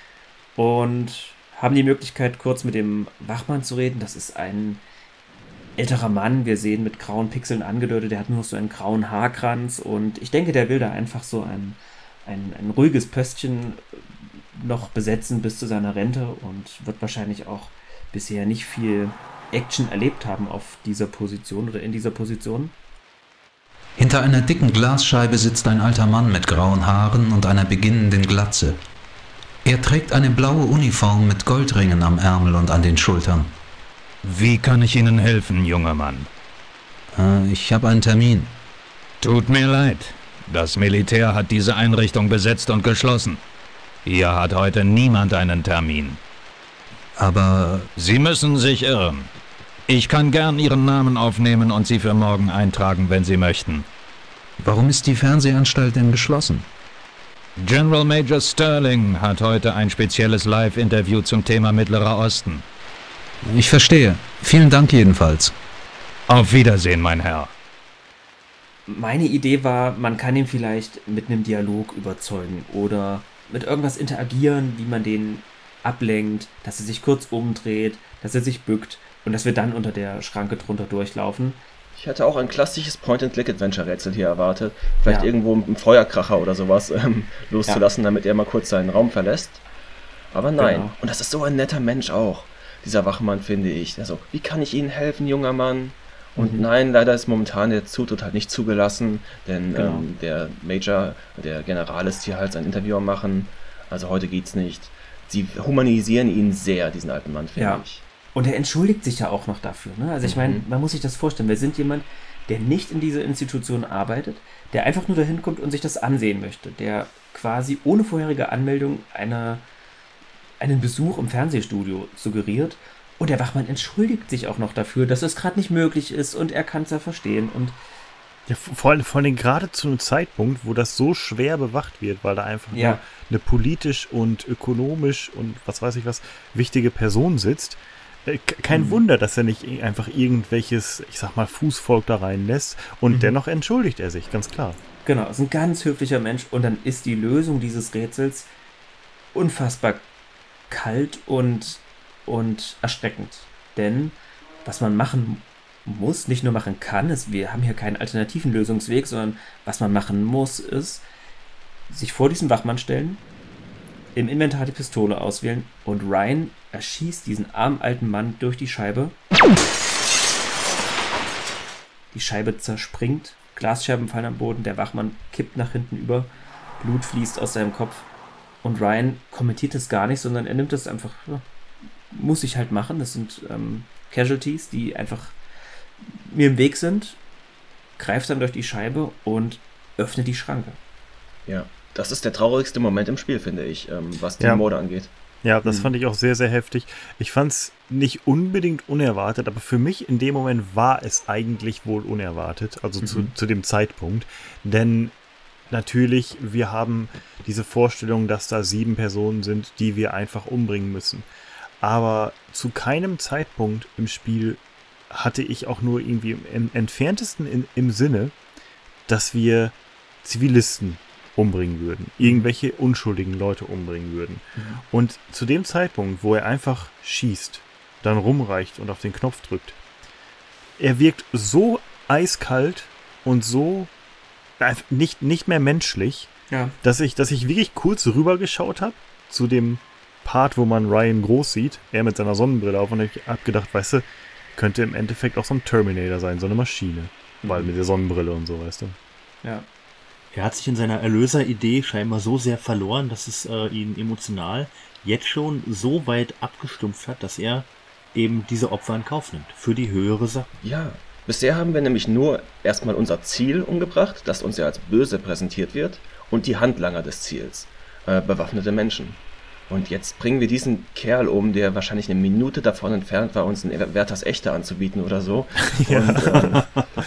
Und haben die Möglichkeit, kurz mit dem Wachmann zu reden. Das ist ein älterer Mann, wir sehen mit grauen Pixeln angedeutet, der hat nur noch so einen grauen Haarkranz und ich denke, der will da einfach so ein ruhiges Pöstchen noch besetzen bis zu seiner Rente und wird wahrscheinlich auch bisher nicht viel Action erlebt haben auf dieser Position oder in dieser Position. Hinter einer dicken Glasscheibe sitzt ein alter Mann mit grauen Haaren und einer beginnenden Glatze. Er trägt eine blaue Uniform mit Goldringen am Ärmel und an den Schultern. Wie kann ich Ihnen helfen, junger Mann? Ich habe einen Termin. Tut mir leid. Das Militär hat diese Einrichtung besetzt und geschlossen. Hier hat heute niemand einen Termin. Aber Sie müssen sich irren. Ich kann gern Ihren Namen aufnehmen und Sie für morgen eintragen, wenn Sie möchten. warum ist die Fernsehanstalt denn geschlossen? General Major Sterling hat heute ein spezielles Live-Interview zum Thema Mittlerer Osten. Ich verstehe. Vielen Dank jedenfalls. Auf Wiedersehen, mein Herr. Meine Idee war, man kann ihn vielleicht mit einem Dialog überzeugen oder mit irgendwas interagieren, wie man den ablenkt, dass er sich kurz umdreht, dass er sich bückt und dass wir dann unter der Schranke drunter durchlaufen. Ich hätte auch ein klassisches Point-and-Click-Adventure-Rätsel hier erwartet. Vielleicht irgendwo einen Feuerkracher oder sowas loszulassen, damit er mal kurz seinen Raum verlässt. Aber nein. Genau. Und das ist so ein netter Mensch auch, dieser Wachmann, finde ich. Also, wie kann ich Ihnen helfen, junger Mann? Und nein, leider ist momentan der Zutritt halt nicht zugelassen, denn der Major, der General ist hier halt sein Interview am machen. Also heute geht's nicht. Sie humanisieren ihn sehr, diesen alten Mann, finde ich. Und er entschuldigt sich ja auch noch dafür. Ne? Also ich meine, man muss sich das vorstellen. Wir sind jemand, der nicht in dieser Institution arbeitet, der einfach nur dahin kommt und sich das ansehen möchte, der quasi ohne vorherige Anmeldung einen Besuch im Fernsehstudio suggeriert. Und der Wachmann entschuldigt sich auch noch dafür, dass es gerade nicht möglich ist und er kann es ja verstehen. Und ja, vor allem gerade zu einem Zeitpunkt, wo das so schwer bewacht wird, weil da einfach nur eine politisch und ökonomisch und was weiß ich was wichtige Person sitzt. Kein Wunder, dass er nicht einfach irgendwelches, ich sag mal, Fußvolk da reinlässt und dennoch entschuldigt er sich, ganz klar. Genau, ist ein ganz höflicher Mensch und dann ist die Lösung dieses Rätsels unfassbar kalt und erschreckend. Denn was man machen muss, nicht nur machen kann, wir haben hier keinen alternativen Lösungsweg, sondern was man machen muss, ist sich vor diesen Wachmann stellen, im Inventar die Pistole auswählen und Ryan erschießt diesen armen alten Mann durch die Scheibe. Die Scheibe zerspringt, Glasscherben fallen am Boden, der Wachmann kippt nach hinten über, Blut fließt aus seinem Kopf und Ryan kommentiert es gar nicht, sondern er nimmt es einfach, muss ich halt machen. Das sind Casualties, die einfach mir im Weg sind, greift dann durch die Scheibe und öffnet die Schranke. Ja, das ist der traurigste Moment im Spiel, finde ich, was die Morde angeht. Ja, das fand ich auch sehr, sehr heftig. Ich fand es nicht unbedingt unerwartet, aber für mich in dem Moment war es eigentlich wohl unerwartet, also zu dem Zeitpunkt. Denn natürlich, wir haben diese Vorstellung, dass da 7 Personen sind, die wir einfach umbringen müssen. Aber zu keinem Zeitpunkt im Spiel hatte ich auch nur irgendwie im entferntesten im Sinne, dass wir Zivilisten umbringen würden, irgendwelche unschuldigen Leute umbringen würden. Und zu dem Zeitpunkt, wo er einfach schießt, dann rumreicht und auf den Knopf drückt, er wirkt so eiskalt und so nicht mehr menschlich, dass ich wirklich kurz rübergeschaut habe zu dem Part, wo man Ryan groß sieht, er mit seiner Sonnenbrille auf, und ich hab gedacht, weißt du, könnte im Endeffekt auch so ein Terminator sein, so eine Maschine, weil mit der Sonnenbrille und so, weißt du. Ja. Er hat sich in seiner Erlöseridee scheinbar so sehr verloren, dass es ihn emotional jetzt schon so weit abgestumpft hat, dass er eben diese Opfer in Kauf nimmt, für die höhere Sache. Ja, bisher haben wir nämlich nur erstmal unser Ziel umgebracht, das uns ja als böse präsentiert wird, und die Handlanger des Ziels, bewaffnete Menschen. Und jetzt bringen wir diesen Kerl um, der wahrscheinlich eine Minute davon entfernt war, uns einen Werthers Echte anzubieten oder so. Und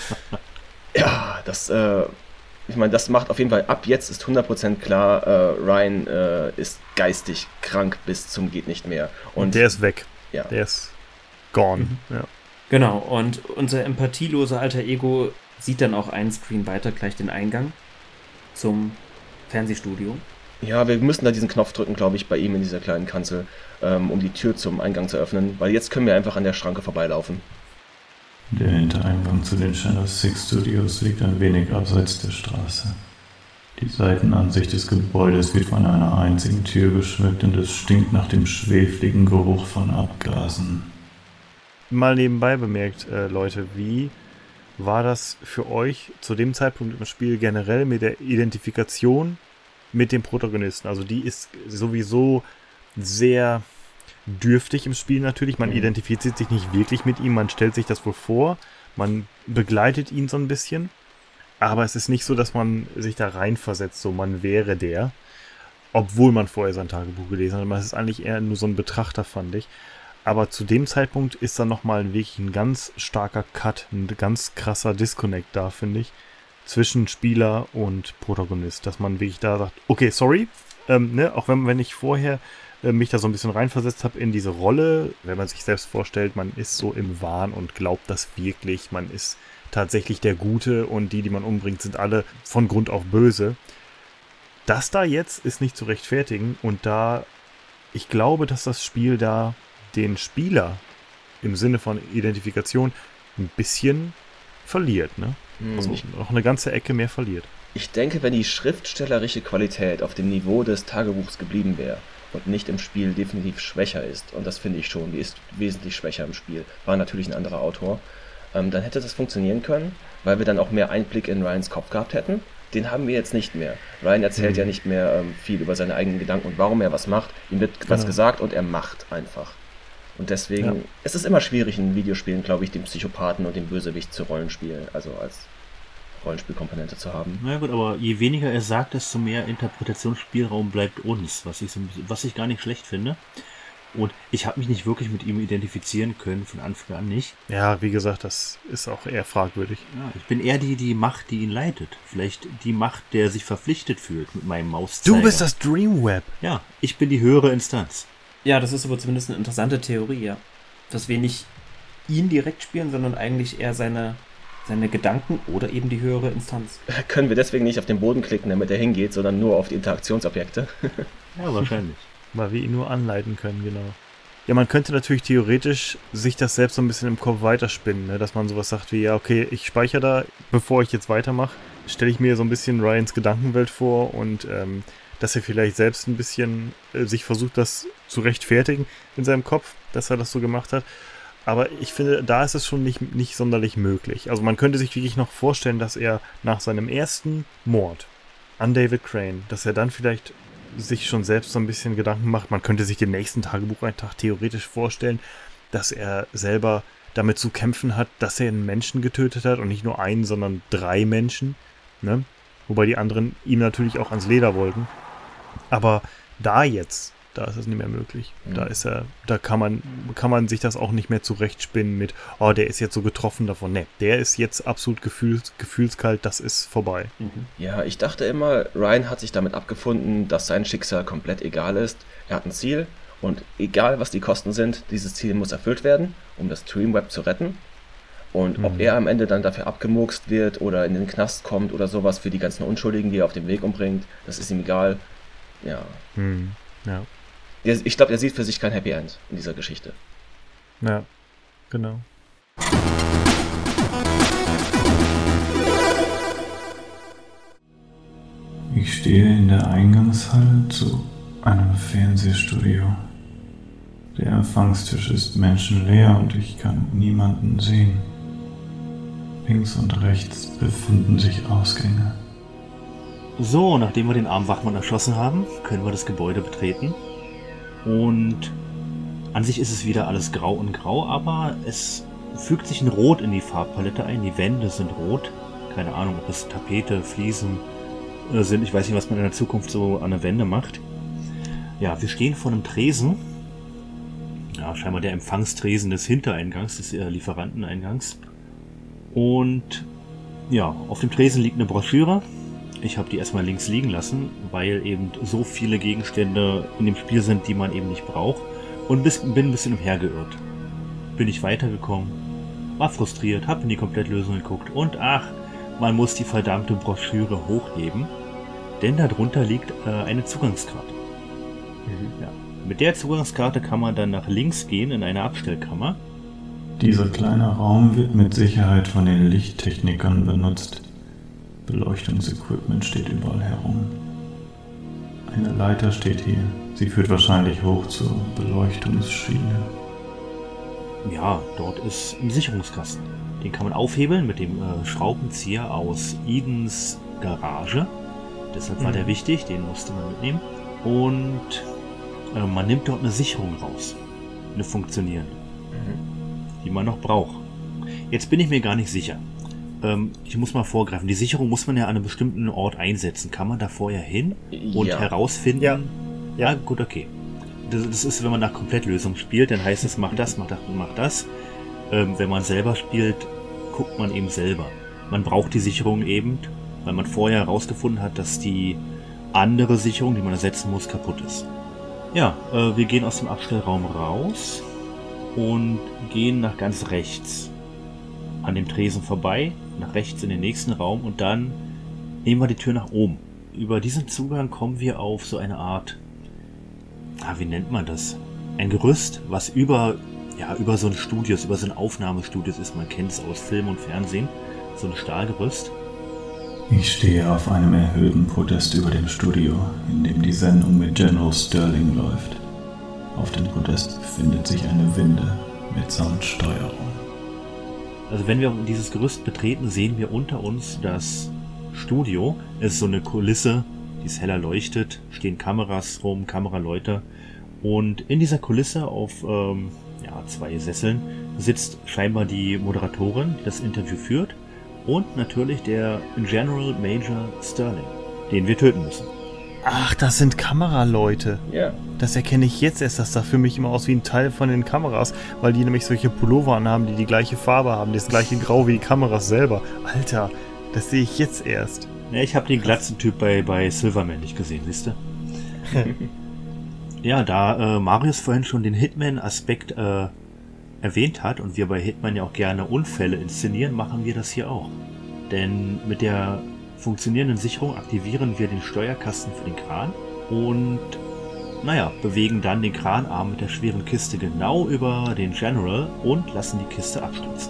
ich meine, das macht auf jeden Fall, ab jetzt ist 100% klar, Ryan ist geistig krank bis zum geht nicht mehr. Und der ist weg. Ja. Der ist gone. Ja. Genau, und unser empathielose alter Ego sieht dann auch einen Screen weiter gleich den Eingang zum Fernsehstudio. Ja, wir müssen da diesen Knopf drücken, glaube ich, bei ihm in dieser kleinen Kanzel, um die Tür zum Eingang zu öffnen, weil jetzt können wir einfach an der Schranke vorbeilaufen. Der Hintereingang zu den Channel 6 Studios liegt ein wenig abseits der Straße. Die Seitenansicht des Gebäudes wird von einer einzigen Tür geschmückt und es stinkt nach dem schwefligen Geruch von Abgasen. Mal nebenbei bemerkt, Leute, wie war das für euch zu dem Zeitpunkt im Spiel generell mit der Identifikation mit dem Protagonisten? Also die ist sowieso sehr dürftig im Spiel natürlich. Man identifiziert sich nicht wirklich mit ihm, man stellt sich das wohl vor, man begleitet ihn so ein bisschen. Aber es ist nicht so, dass man sich da reinversetzt, so man wäre der, obwohl man vorher sein Tagebuch gelesen hat. Es ist eigentlich eher nur so ein Betrachter, fand ich. Aber zu dem Zeitpunkt ist dann nochmal wirklich ein ganz starker Cut, ein ganz krasser Disconnect da, finde ich, zwischen Spieler und Protagonist. Dass man wirklich da sagt, okay, sorry, auch wenn ich vorher mich da so ein bisschen reinversetzt habe in diese Rolle, wenn man sich selbst vorstellt, man ist so im Wahn und glaubt das wirklich, man ist tatsächlich der Gute und die man umbringt, sind alle von Grund auf böse. Das da jetzt ist nicht zu rechtfertigen und ich glaube, dass das Spiel da den Spieler im Sinne von Identifikation ein bisschen verliert, ne? Also noch eine ganze Ecke mehr verliert. Ich denke, wenn die schriftstellerische Qualität auf dem Niveau des Tagebuchs geblieben wäre und nicht im Spiel definitiv schwächer ist, und das finde ich schon, die ist wesentlich schwächer im Spiel, war natürlich ein anderer Autor, dann hätte das funktionieren können, weil wir dann auch mehr Einblick in Ryans Kopf gehabt hätten. Den haben wir jetzt nicht mehr. Ryan erzählt ja nicht mehr viel über seine eigenen Gedanken und warum er was macht. Ihm wird was gesagt und er macht einfach. Und deswegen ist es immer schwierig in Videospielen, glaube ich, den Psychopathen und den Bösewicht zu Rollenspielen, also als Rollenspielkomponente zu haben. Na gut, aber je weniger er sagt, desto mehr Interpretationsspielraum bleibt uns, was ich gar nicht schlecht finde. Und ich habe mich nicht wirklich mit ihm identifizieren können, von Anfang an nicht. Ja, wie gesagt, das ist auch eher fragwürdig. Ja, ich bin eher die Macht, die ihn leitet. Vielleicht die Macht, der sich verpflichtet fühlt mit meinem Mauszeiger. Du bist das Dreamweb. Ja, ich bin die höhere Instanz. Ja, das ist aber zumindest eine interessante Theorie, ja. Dass wir nicht ihn direkt spielen, sondern eigentlich eher seine Gedanken oder eben die höhere Instanz. Können wir deswegen nicht auf den Boden klicken, damit er hingeht, sondern nur auf die Interaktionsobjekte? Ja, wahrscheinlich. Weil wir ihn nur anleiten können, genau. Ja, man könnte natürlich theoretisch sich das selbst so ein bisschen im Kopf weiterspinnen, ne? Dass man sowas sagt wie, ja, okay, ich speichere da, bevor ich jetzt weitermache, stelle ich mir so ein bisschen Ryans Gedankenwelt vor und dass er vielleicht selbst ein bisschen sich versucht, das zu rechtfertigen in seinem Kopf, dass er das so gemacht hat. Aber ich finde, da ist es schon nicht sonderlich möglich. Also man könnte sich wirklich noch vorstellen, dass er nach seinem ersten Mord an David Crane, dass er dann vielleicht sich schon selbst so ein bisschen Gedanken macht. Man könnte sich den nächsten Tagebucheintrag theoretisch vorstellen, dass er selber damit zu kämpfen hat, dass er einen Menschen getötet hat und nicht nur einen, sondern 3 Menschen. Ne? Wobei die anderen ihm natürlich auch ans Leder wollten. Aber da ist es nicht mehr möglich. Da kann man sich das auch nicht mehr zurechtspinnen mit, oh, der ist jetzt so getroffen davon. Ne, der ist jetzt absolut gefühlskalt, das ist vorbei. Ja, ich dachte immer, Ryan hat sich damit abgefunden, dass sein Schicksal komplett egal ist. Er hat ein Ziel und egal was die Kosten sind, dieses Ziel muss erfüllt werden, um das Dreamweb zu retten. Und ob er am Ende dann dafür abgemurkst wird oder in den Knast kommt oder sowas für die ganzen Unschuldigen, die er auf dem Weg umbringt, das ist ihm egal. Ja. Ja. Ich glaube, er sieht für sich kein Happy End in dieser Geschichte. Ja, genau. Ich stehe in der Eingangshalle zu einem Fernsehstudio. Der Empfangstisch ist menschenleer und ich kann niemanden sehen. Links und rechts befinden sich Ausgänge. So, nachdem wir den armen Wachmann erschossen haben, können wir das Gebäude betreten. Und an sich ist es wieder alles grau und grau, aber es fügt sich ein Rot in die Farbpalette ein. Die Wände sind rot. Keine Ahnung, ob es Tapete, Fliesen sind. Ich weiß nicht, was man in der Zukunft so an der Wände macht. Ja, wir stehen vor einem Tresen. Ja, scheinbar der Empfangstresen des Hintereingangs, des Lieferanteneingangs. Und ja, auf dem Tresen liegt eine Broschüre. Ich habe die erstmal links liegen lassen, weil eben so viele Gegenstände in dem Spiel sind, die man eben nicht braucht. Und bin ein bisschen umhergeirrt. Bin ich weitergekommen, war frustriert, habe in die Komplettlösung geguckt und man muss die verdammte Broschüre hochheben, denn darunter liegt eine Zugangskarte. Ja. Mit der Zugangskarte kann man dann nach links gehen in eine Abstellkammer Dieser kleine Raum wird mit Sicherheit von den Lichttechnikern benutzt. Beleuchtungsequipment steht überall herum. Eine Leiter steht hier. Sie führt wahrscheinlich hoch zur Beleuchtungsschiene. Ja, dort ist ein Sicherungskasten. Den kann man aufhebeln mit dem Schraubenzieher aus Edens Garage. Deshalb war der wichtig, den musste man mitnehmen. Und man nimmt dort eine Sicherung raus. Eine funktionierende. Die man noch braucht. Jetzt bin ich mir gar nicht sicher. Ich muss mal vorgreifen. Die Sicherung muss man ja an einem bestimmten Ort einsetzen. Kann man da vorher hin und herausfinden? Ja, gut, okay. Das ist, wenn man nach Komplettlösung spielt, dann heißt es, mach das, mach das und mach das. Wenn man selber spielt, guckt man eben selber. Man braucht die Sicherung eben, weil man vorher herausgefunden hat, dass die andere Sicherung, die man ersetzen muss, kaputt ist. Ja, wir gehen aus dem Abstellraum raus und gehen nach ganz rechts. An dem Tresen vorbei, nach rechts in den nächsten Raum und dann nehmen wir die Tür nach oben. Über diesen Zugang kommen wir auf so eine Art, wie nennt man das? Ein Gerüst, was über so ein Studios, über so ein Aufnahmestudios ist. Man kennt es aus Film und Fernsehen. So ein Stahlgerüst. Ich stehe auf einem erhöhten Podest über dem Studio, in dem die Sendung mit General Sterling läuft. Auf dem Podest befindet sich eine Winde mit Soundsteuerung. Also wenn wir dieses Gerüst betreten, sehen wir unter uns das Studio. Es ist so eine Kulisse, die ist heller leuchtet, stehen Kameras rum, Kameraleute. Und in dieser Kulisse auf 2 Sesseln sitzt scheinbar die Moderatorin, die das Interview führt. Und natürlich der General Major Sterling, den wir töten müssen. Ach, das sind Kameraleute. Ja. Das erkenne ich jetzt erst. Das sah für mich immer aus wie ein Teil von den Kameras, weil die nämlich solche Pullover anhaben, die gleiche Farbe haben, das gleiche Grau wie die Kameras selber. Alter, das sehe ich jetzt erst. Ja, ich habe den glatzen Typ bei Silverman nicht gesehen, wisst ihr? Ja, da Marius vorhin schon den Hitman-Aspekt erwähnt hat und wir bei Hitman ja auch gerne Unfälle inszenieren, machen wir das hier auch. Denn mit der funktionierenden Sicherung aktivieren wir den Steuerkasten für den Kran und bewegen dann den Kranarm mit der schweren Kiste genau über den General und lassen die Kiste abstürzen.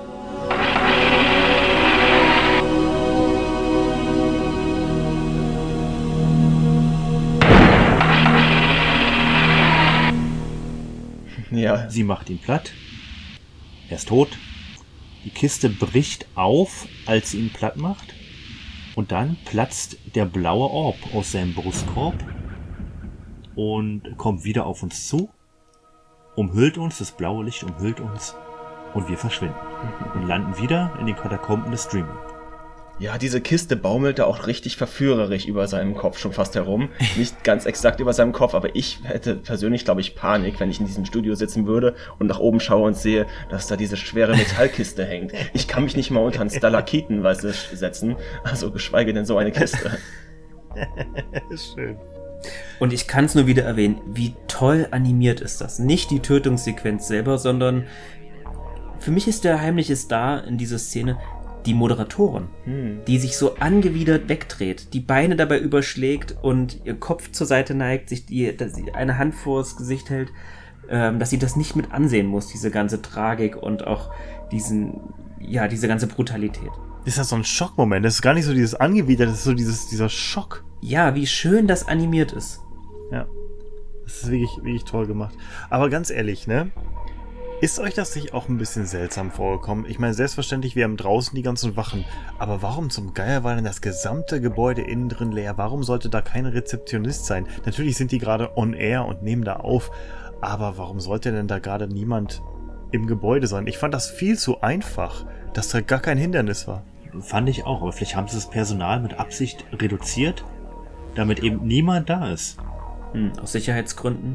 Ja. Sie macht ihn platt. Er ist tot. Die Kiste bricht auf, als sie ihn platt macht. Und dann platzt der blaue Orb aus seinem Brustkorb und kommt wieder auf uns zu, umhüllt uns, das blaue Licht umhüllt uns und wir verschwinden und landen wieder in den Katakomben des Dreamweb. Ja, diese Kiste baumelte auch richtig verführerisch über seinem Kopf schon fast herum. Nicht ganz exakt über seinem Kopf, aber ich hätte persönlich, glaube ich, Panik, wenn ich in diesem Studio sitzen würde und nach oben schaue und sehe, dass da diese schwere Metallkiste hängt. Ich kann mich nicht mal unter einen Stalakten, setzen, also geschweige denn so eine Kiste. Schön. Und ich kann es nur wieder erwähnen, wie toll animiert ist das. Nicht die Tötungssequenz selber, sondern für mich ist der heimliche Star in dieser Szene die Moderatorin, die sich so angewidert wegdreht, die Beine dabei überschlägt und ihr Kopf zur Seite neigt, dass sie eine Hand vors Gesicht hält, dass sie das nicht mit ansehen muss, diese ganze Tragik und auch diese ganze Brutalität. Das ist ja so ein Schockmoment, das ist gar nicht so dieses Angewidert, das ist so dieser Schock. Ja, wie schön das animiert ist. Ja, das ist wirklich, wirklich toll gemacht. Aber ganz ehrlich, ne? Ist euch das nicht auch ein bisschen seltsam vorgekommen? Ich meine, selbstverständlich, wir haben draußen die ganzen Wachen, aber warum zum Geier war denn das gesamte Gebäude innen drin leer? Warum sollte da kein Rezeptionist sein? Natürlich sind die gerade on air und nehmen da auf, aber warum sollte denn da gerade niemand im Gebäude sein? Ich fand das viel zu einfach, dass da gar kein Hindernis war. Fand ich auch, aber vielleicht haben sie das Personal mit Absicht reduziert, damit eben niemand da ist. Aus Sicherheitsgründen.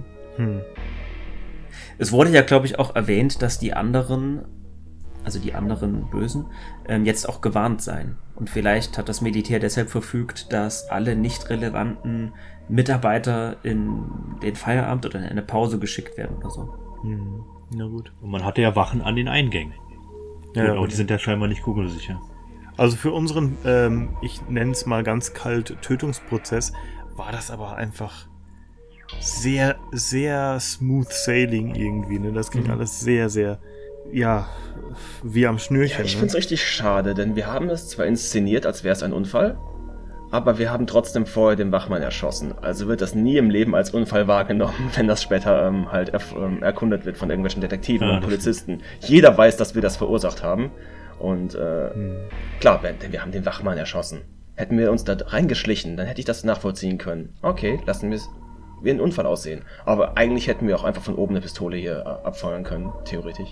Es wurde ja, glaube ich, auch erwähnt, dass die anderen Bösen, jetzt auch gewarnt seien. Und vielleicht hat das Militär deshalb verfügt, dass alle nicht relevanten Mitarbeiter in den Feierabend oder in eine Pause geschickt werden oder so. Na gut. Und man hatte ja Wachen an den Eingängen. Ja, aber die sind ja scheinbar nicht kugelsicher. Also für unseren, ich nenne es mal ganz kalt, Tötungsprozess, war das aber einfach sehr, sehr smooth sailing irgendwie, ne? Das ging alles sehr, sehr ja, wie am Schnürchen. Ja, ich finde es richtig schade, denn wir haben es zwar inszeniert, als wäre es ein Unfall, aber wir haben trotzdem vorher den Wachmann erschossen. Also wird das nie im Leben als Unfall wahrgenommen, wenn das später halt erkundet wird von irgendwelchen Detektiven und Polizisten. Jeder weiß, dass wir das verursacht haben. Und klar, denn wir haben den Wachmann erschossen. Hätten wir uns da reingeschlichen, dann hätte ich das nachvollziehen können. Okay, lassen wir es wie ein Unfall aussehen. Aber eigentlich hätten wir auch einfach von oben eine Pistole hier abfeuern können, theoretisch.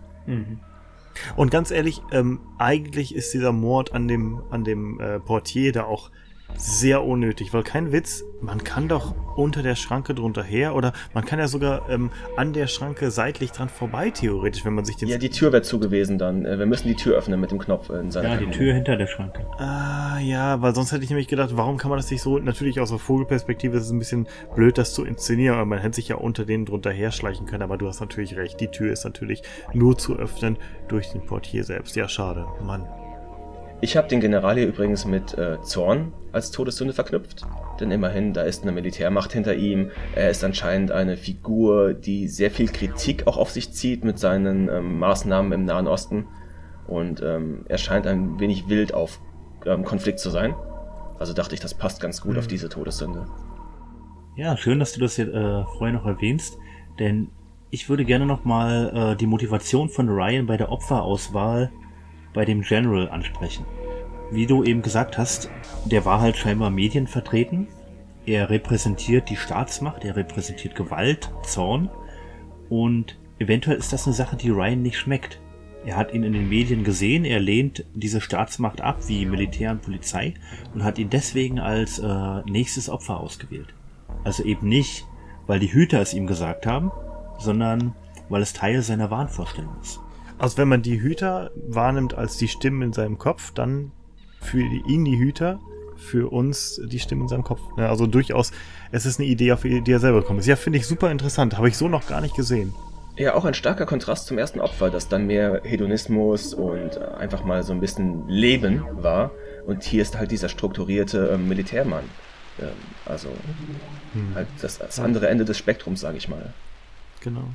Und ganz ehrlich, eigentlich ist dieser Mord an dem Portier da auch sehr unnötig, weil kein Witz, man kann doch unter der Schranke drunter her oder man kann ja sogar an der Schranke seitlich dran vorbei, theoretisch, wenn man sich den... Ja, die Tür wäre zu gewesen dann. Wir müssen die Tür öffnen mit dem Knopf in seiner Ja, die Tür hinter der Schranke. Ah, ja, weil sonst hätte ich nämlich gedacht, warum kann man das nicht so... Natürlich aus der Vogelperspektive ist es ein bisschen blöd, das zu inszenieren, aber man hätte sich ja unter denen drunter herschleichen können, aber du hast natürlich recht, die Tür ist natürlich nur zu öffnen durch den Portier selbst. Ja, schade, Mann. Ich habe den General hier übrigens mit Zorn als Todessünde verknüpft, denn immerhin, da ist eine Militärmacht hinter ihm. Er ist anscheinend eine Figur, die sehr viel Kritik auch auf sich zieht mit seinen Maßnahmen im Nahen Osten und er scheint ein wenig wild auf Konflikt zu sein. Also dachte ich, das passt ganz gut auf diese Todessünde. Ja, schön, dass du das jetzt vorher noch erwähnst, denn ich würde gerne nochmal die Motivation von Ryan bei der Opferauswahl bei dem General ansprechen. Wie du eben gesagt hast, der war halt scheinbar medienvertreten. Er repräsentiert die Staatsmacht, er repräsentiert Gewalt, Zorn und eventuell ist das eine Sache, die Ryan nicht schmeckt. Er hat ihn in den Medien gesehen, er lehnt diese Staatsmacht ab, wie Militär und Polizei und hat ihn deswegen als nächstes Opfer ausgewählt. Also eben nicht, weil die Hüter es ihm gesagt haben, sondern weil es Teil seiner Wahnvorstellung ist. Also wenn man die Hüter wahrnimmt als die Stimmen in seinem Kopf, dann für ihn die Hüter, für uns die Stimmen in seinem Kopf. Ja, also durchaus, es ist eine Idee, auf die er selber gekommen ist. Ja, finde ich super interessant. Habe ich so noch gar nicht gesehen. Ja, auch ein starker Kontrast zum ersten Opfer, das dann mehr Hedonismus und einfach mal so ein bisschen Leben war. Und hier ist halt dieser strukturierte Militärmann. Also halt das andere Ende des Spektrums, sage ich mal. Genau.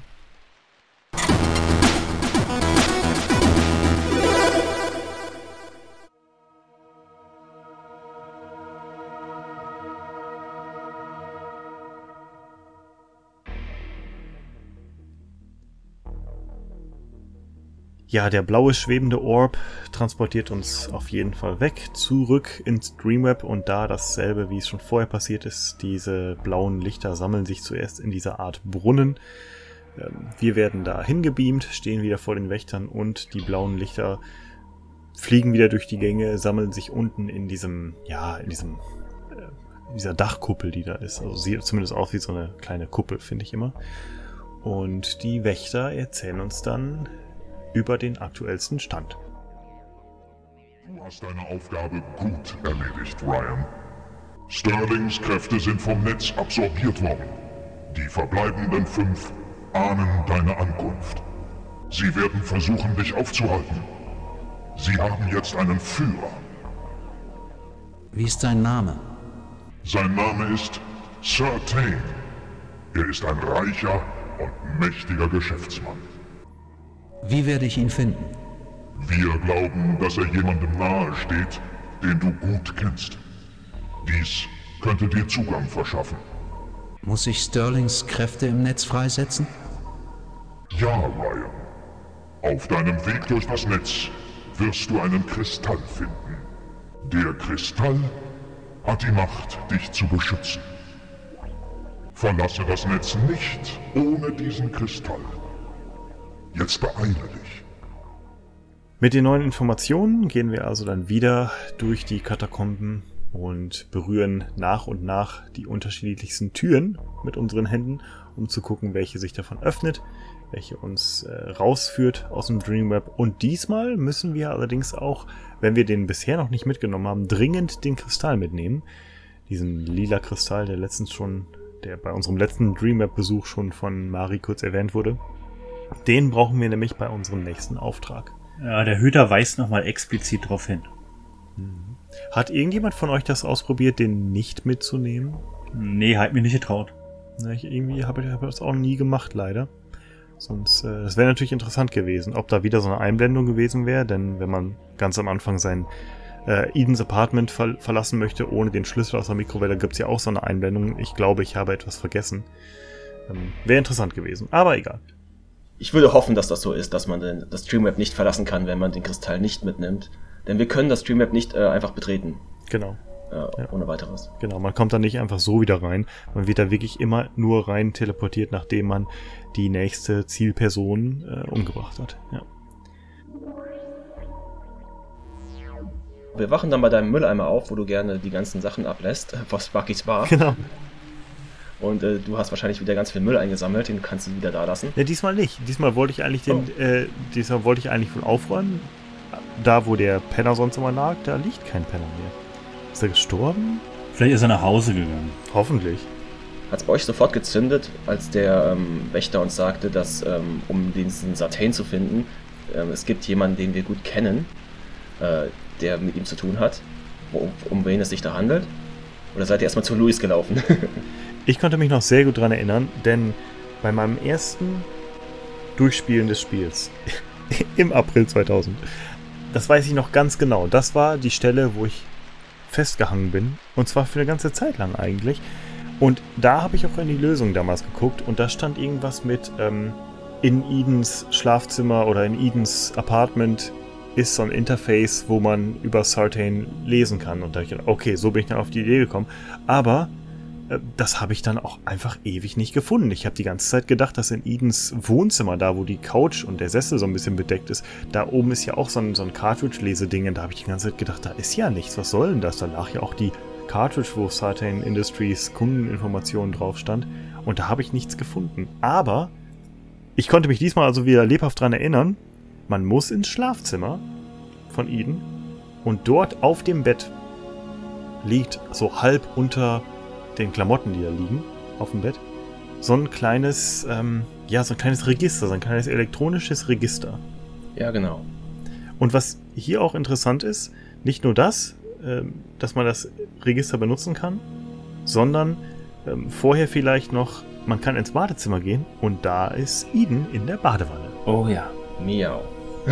Ja, der blaue schwebende Orb transportiert uns auf jeden Fall weg, zurück ins Dreamweb und da dasselbe, wie es schon vorher passiert ist. Diese blauen Lichter sammeln sich zuerst in dieser Art Brunnen. Wir werden da hingebeamt, stehen wieder vor den Wächtern und die blauen Lichter fliegen wieder durch die Gänge, sammeln sich unten in dieser Dachkuppel, die da ist. Also sieht zumindest aus wie so eine kleine Kuppel, finde ich immer. Und die Wächter erzählen uns dann über den aktuellsten Stand. Du hast deine Aufgabe gut erledigt, Ryan. Sterlings Kräfte sind vom Netz absorbiert worden. Die verbleibenden 5 ahnen deine Ankunft. Sie werden versuchen, dich aufzuhalten. Sie haben jetzt einen Führer. Wie ist sein Name? Sein Name ist Sir Tane. Er ist ein reicher und mächtiger Geschäftsmann. Wie werde ich ihn finden? Wir glauben, dass er jemandem nahe steht, den du gut kennst. Dies könnte dir Zugang verschaffen. Muss ich Sterlings Kräfte im Netz freisetzen? Ja, Ryan. Auf deinem Weg durch das Netz wirst du einen Kristall finden. Der Kristall hat die Macht, dich zu beschützen. Verlasse das Netz nicht ohne diesen Kristall. Jetzt beeile dich. Mit den neuen Informationen gehen wir also dann wieder durch die Katakomben und berühren nach und nach die unterschiedlichsten Türen mit unseren Händen, um zu gucken, welche sich davon öffnet, welche uns rausführt aus dem Dreamweb. Und diesmal müssen wir allerdings auch, wenn wir den bisher noch nicht mitgenommen haben, dringend den Kristall mitnehmen. Diesen lila Kristall, der bei unserem letzten Dreamweb-Besuch schon von Mari kurz erwähnt wurde. Den brauchen wir nämlich bei unserem nächsten Auftrag. Ja, der Hüter weist nochmal explizit darauf hin. Hat irgendjemand von euch das ausprobiert, den nicht mitzunehmen? Nee, hat mir nicht getraut. Ich irgendwie habe das auch nie gemacht, leider. Sonst, das wäre natürlich interessant gewesen, ob da wieder so eine Einblendung gewesen wäre, denn wenn man ganz am Anfang sein Edens Apartment verlassen möchte, ohne den Schlüssel aus der Mikrowelle, gibt es ja auch so eine Einblendung. Ich glaube, ich habe etwas vergessen. Wäre interessant gewesen, aber egal. Ich würde hoffen, dass das so ist, dass man das Dreamweb nicht verlassen kann, wenn man den Kristall nicht mitnimmt. Denn wir können das Dreamweb nicht einfach betreten. Genau. Ohne weiteres. Genau, man kommt da nicht einfach so wieder rein. Man wird da wirklich immer nur rein teleportiert, nachdem man die nächste Zielperson umgebracht hat. Ja. Wir wachen dann bei deinem Mülleimer auf, wo du gerne die ganzen Sachen ablässt, vor Sparkys Bar. Genau. Und du hast wahrscheinlich wieder ganz viel Müll eingesammelt, den kannst du wieder da lassen. Ja, diesmal nicht. Diesmal wollte ich eigentlich wohl aufräumen. Da, wo der Penner sonst immer lag, da liegt kein Penner mehr. Ist er gestorben? Vielleicht ist er nach Hause gegangen. Hoffentlich. Hat es bei euch sofort gezündet, als der Wächter uns sagte, dass, um diesen Sartain zu finden, es gibt jemanden, den wir gut kennen, der mit ihm zu tun hat, um wen es sich da handelt? Oder seid ihr erstmal zu Louis gelaufen? Ich konnte mich noch sehr gut daran erinnern, denn bei meinem ersten Durchspielen des Spiels im April 2000, das weiß ich noch ganz genau, das war die Stelle, wo ich festgehangen bin, und zwar für eine ganze Zeit lang eigentlich. Und da habe ich auch in die Lösung damals geguckt und da stand irgendwas mit in Edens Schlafzimmer oder in Edens Apartment ist so ein Interface, wo man über Sartain lesen kann. Und da habe ich gedacht, okay, so bin ich dann auf die Idee gekommen. Aber das habe ich dann auch einfach ewig nicht gefunden. Ich habe die ganze Zeit gedacht, dass in Edens Wohnzimmer, da wo die Couch und der Sessel so ein bisschen bedeckt ist, da oben ist ja auch so ein Cartridge-Leseding. Und da habe ich die ganze Zeit gedacht, da ist ja nichts. Was soll denn das? Da lag ja auch die Cartridge, wo Sartain Industries Kundeninformationen drauf stand. Und da habe ich nichts gefunden. Aber ich konnte mich diesmal also wieder lebhaft dran erinnern, man muss ins Schlafzimmer von Eden und dort auf dem Bett liegt so halb unter den Klamotten, die da liegen, auf dem Bett, so ein kleines, so ein kleines Register, so ein kleines elektronisches Register. Ja, genau. Und was hier auch interessant ist, nicht nur das, dass man das Register benutzen kann, sondern vorher vielleicht noch, man kann ins Badezimmer gehen und da ist Eden in der Badewanne. Oh ja. Miau.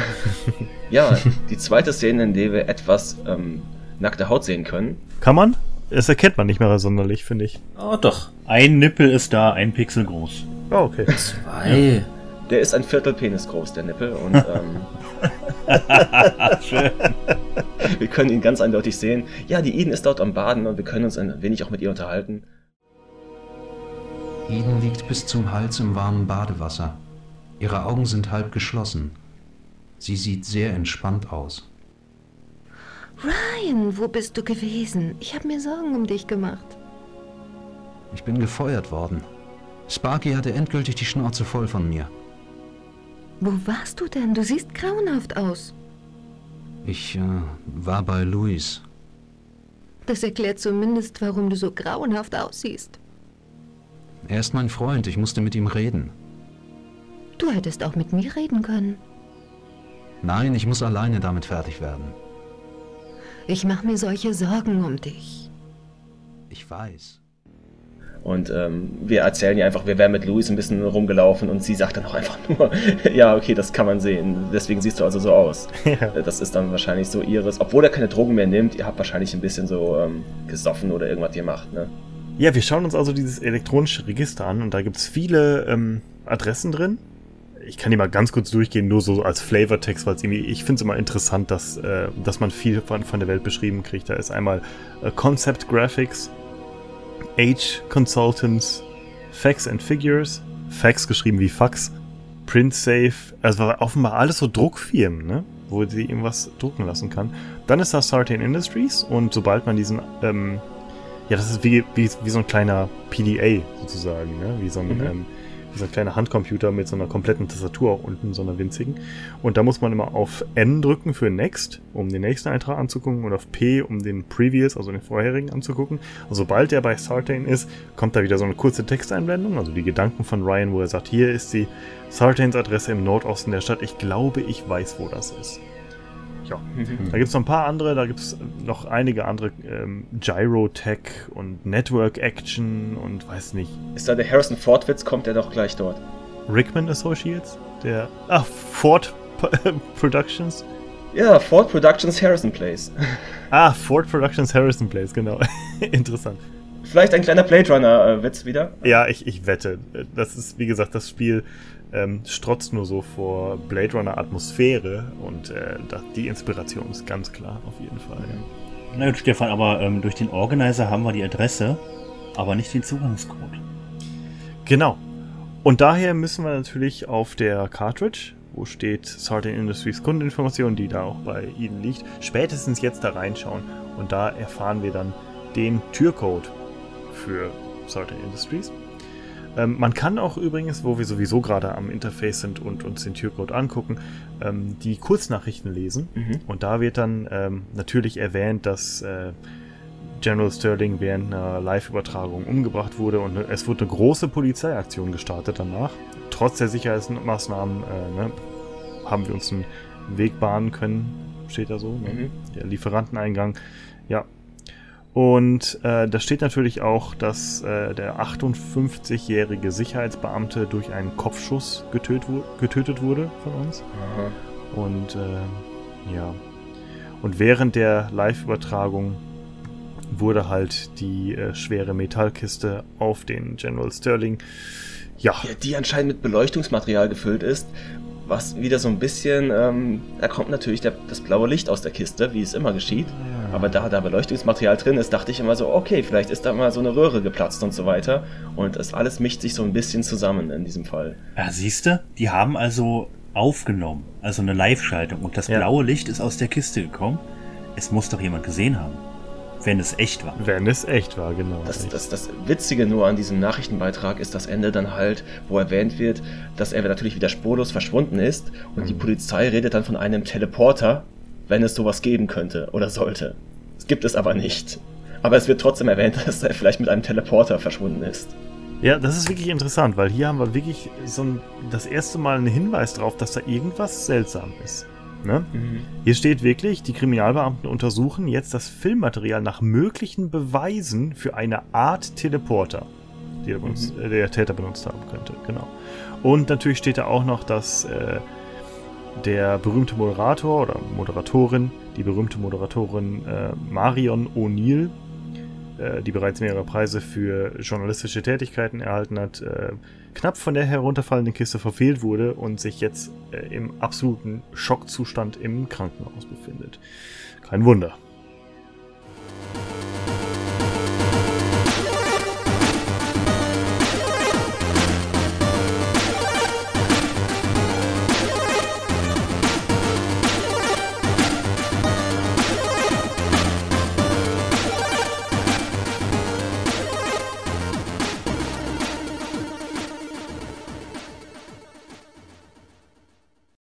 Ja, die zweite Szene, in der wir etwas nackte Haut sehen können. Kann man? Das erkennt man nicht mehr sonderlich, finde ich. Oh doch. Ein Nippel ist da, 1 Pixel groß. Oh, okay. 2. Ja. Der ist ein Viertel Penis groß, der Nippel. Und Schön. wir können ihn ganz eindeutig sehen. Ja, die Eden ist dort am Baden und wir können uns ein wenig auch mit ihr unterhalten. Eden liegt bis zum Hals im warmen Badewasser. Ihre Augen sind halb geschlossen. Sie sieht sehr entspannt aus. Ryan, wo bist du gewesen? Ich habe mir Sorgen um dich gemacht. Ich bin gefeuert worden. Sparky hatte endgültig die Schnauze voll von mir. Wo warst du denn? Du siehst grauenhaft aus. Ich war bei Louis. Das erklärt zumindest, warum du so grauenhaft aussiehst. Er ist mein Freund, ich musste mit ihm reden. Du hättest auch mit mir reden können. Nein, ich muss alleine damit fertig werden. Ich mache mir solche Sorgen um dich. Ich weiß. Und wir erzählen ihr einfach, wir wären mit Louis ein bisschen rumgelaufen und sie sagt dann auch einfach nur, ja, okay, das kann man sehen, deswegen siehst du also so aus. Ja. Das ist dann wahrscheinlich so ihres, obwohl er keine Drogen mehr nimmt, ihr habt wahrscheinlich ein bisschen so gesoffen oder irgendwas gemacht, ne? Ja, wir schauen uns also dieses elektronische Register an und da gibt es viele Adressen drin. Ich kann die mal ganz kurz durchgehen, nur so als Flavortext, weil ich finde es immer interessant, dass man viel von der Welt beschrieben kriegt. Da ist einmal Concept Graphics, Age Consultants, Facts and Figures, Fax geschrieben wie Fax, PrintSafe, also offenbar alles so Druckfirmen, ne? Wo sie irgendwas drucken lassen kann. Dann ist da Sartain Industries und sobald man diesen, das ist wie so ein kleiner PDA sozusagen, ne? Wie so ein kleiner Handcomputer mit so einer kompletten Tastatur auch unten, so einer winzigen. Und da muss man immer auf N drücken für Next, um den nächsten Eintrag anzugucken, und auf P, um den Previous, also den vorherigen, anzugucken. Und sobald der bei Sartain ist, kommt da wieder so eine kurze Texteinblendung, also die Gedanken von Ryan, wo er sagt, hier ist die Sartains Adresse im Nordosten der Stadt. Ich glaube, ich weiß, wo das ist. Ja, da gibt es noch ein paar andere, da gibt es noch einige andere, Gyrotech und Network Action und weiß nicht. Ist da der Harrison Ford Witz, kommt der doch gleich dort? Rickman Associates? Ford Productions? Ja, Ford Productions Harrison Place. Ford Productions Harrison Place, genau. Interessant. Vielleicht ein kleiner Blade Runner-Witz wieder? Ja, ich wette. Das ist, wie gesagt, das Spiel strotzt nur so vor Blade Runner-Atmosphäre und die Inspiration ist ganz klar, auf jeden Fall. Ja. Na gut, Stefan, aber durch den Organizer haben wir die Adresse, aber nicht den Zugangscode. Genau. Und daher müssen wir natürlich auf der Cartridge, wo steht Sartain Industries Kundeninformation, die da auch bei Ihnen liegt, spätestens jetzt da reinschauen und da erfahren wir dann den Türcode für Sartain Industries. Man kann auch übrigens, wo wir sowieso gerade am Interface sind und uns den Türcode angucken, die Kurznachrichten lesen. Und da wird dann natürlich erwähnt, dass General Sterling während einer Live-Übertragung umgebracht wurde und es wurde eine große Polizeiaktion gestartet danach. Trotz der Sicherheitsmaßnahmen haben wir uns einen Weg bahnen können, steht da so, ne? Der Lieferanteneingang, ja. Und da steht natürlich auch, dass der 58-jährige Sicherheitsbeamte durch einen Kopfschuss getötet wurde von uns. Aha. Und ja. Und während der Live-Übertragung wurde halt die schwere Metallkiste auf den General Sterling, ja, die anscheinend mit Beleuchtungsmaterial gefüllt ist. Was wieder so ein bisschen, da kommt natürlich das blaue Licht aus der Kiste, wie es immer geschieht. Ja. Aber da Beleuchtungsmaterial drin ist, dachte ich immer so, okay, vielleicht ist da mal so eine Röhre geplatzt und so weiter. Und das alles mischt sich so ein bisschen zusammen in diesem Fall. Ja, siehste, die haben also aufgenommen, also eine Live-Schaltung. Und das blaue Licht ist aus der Kiste gekommen. Es muss doch jemand gesehen haben. Wenn es echt war. Wenn es echt war, genau. Das Witzige nur an diesem Nachrichtenbeitrag ist das Ende dann halt, wo erwähnt wird, dass er natürlich wieder spurlos verschwunden ist und die Polizei redet dann von einem Teleporter, wenn es sowas geben könnte oder sollte. Es gibt es aber nicht. Aber es wird trotzdem erwähnt, dass er vielleicht mit einem Teleporter verschwunden ist. Ja, das ist wirklich interessant, weil hier haben wir wirklich das erste Mal einen Hinweis darauf, dass da irgendwas seltsam ist. Ne? Hier steht wirklich, die Kriminalbeamten untersuchen jetzt das Filmmaterial nach möglichen Beweisen für eine Art Teleporter, die der Täter benutzt haben könnte. Genau. Und natürlich steht da auch noch, dass der berühmte Moderator oder Moderatorin, die berühmte Moderatorin Marion O'Neill, die bereits mehrere Preise für journalistische Tätigkeiten erhalten hat, knapp von der herunterfallenden Kiste verfehlt wurde und sich jetzt im absoluten Schockzustand im Krankenhaus befindet. Kein Wunder.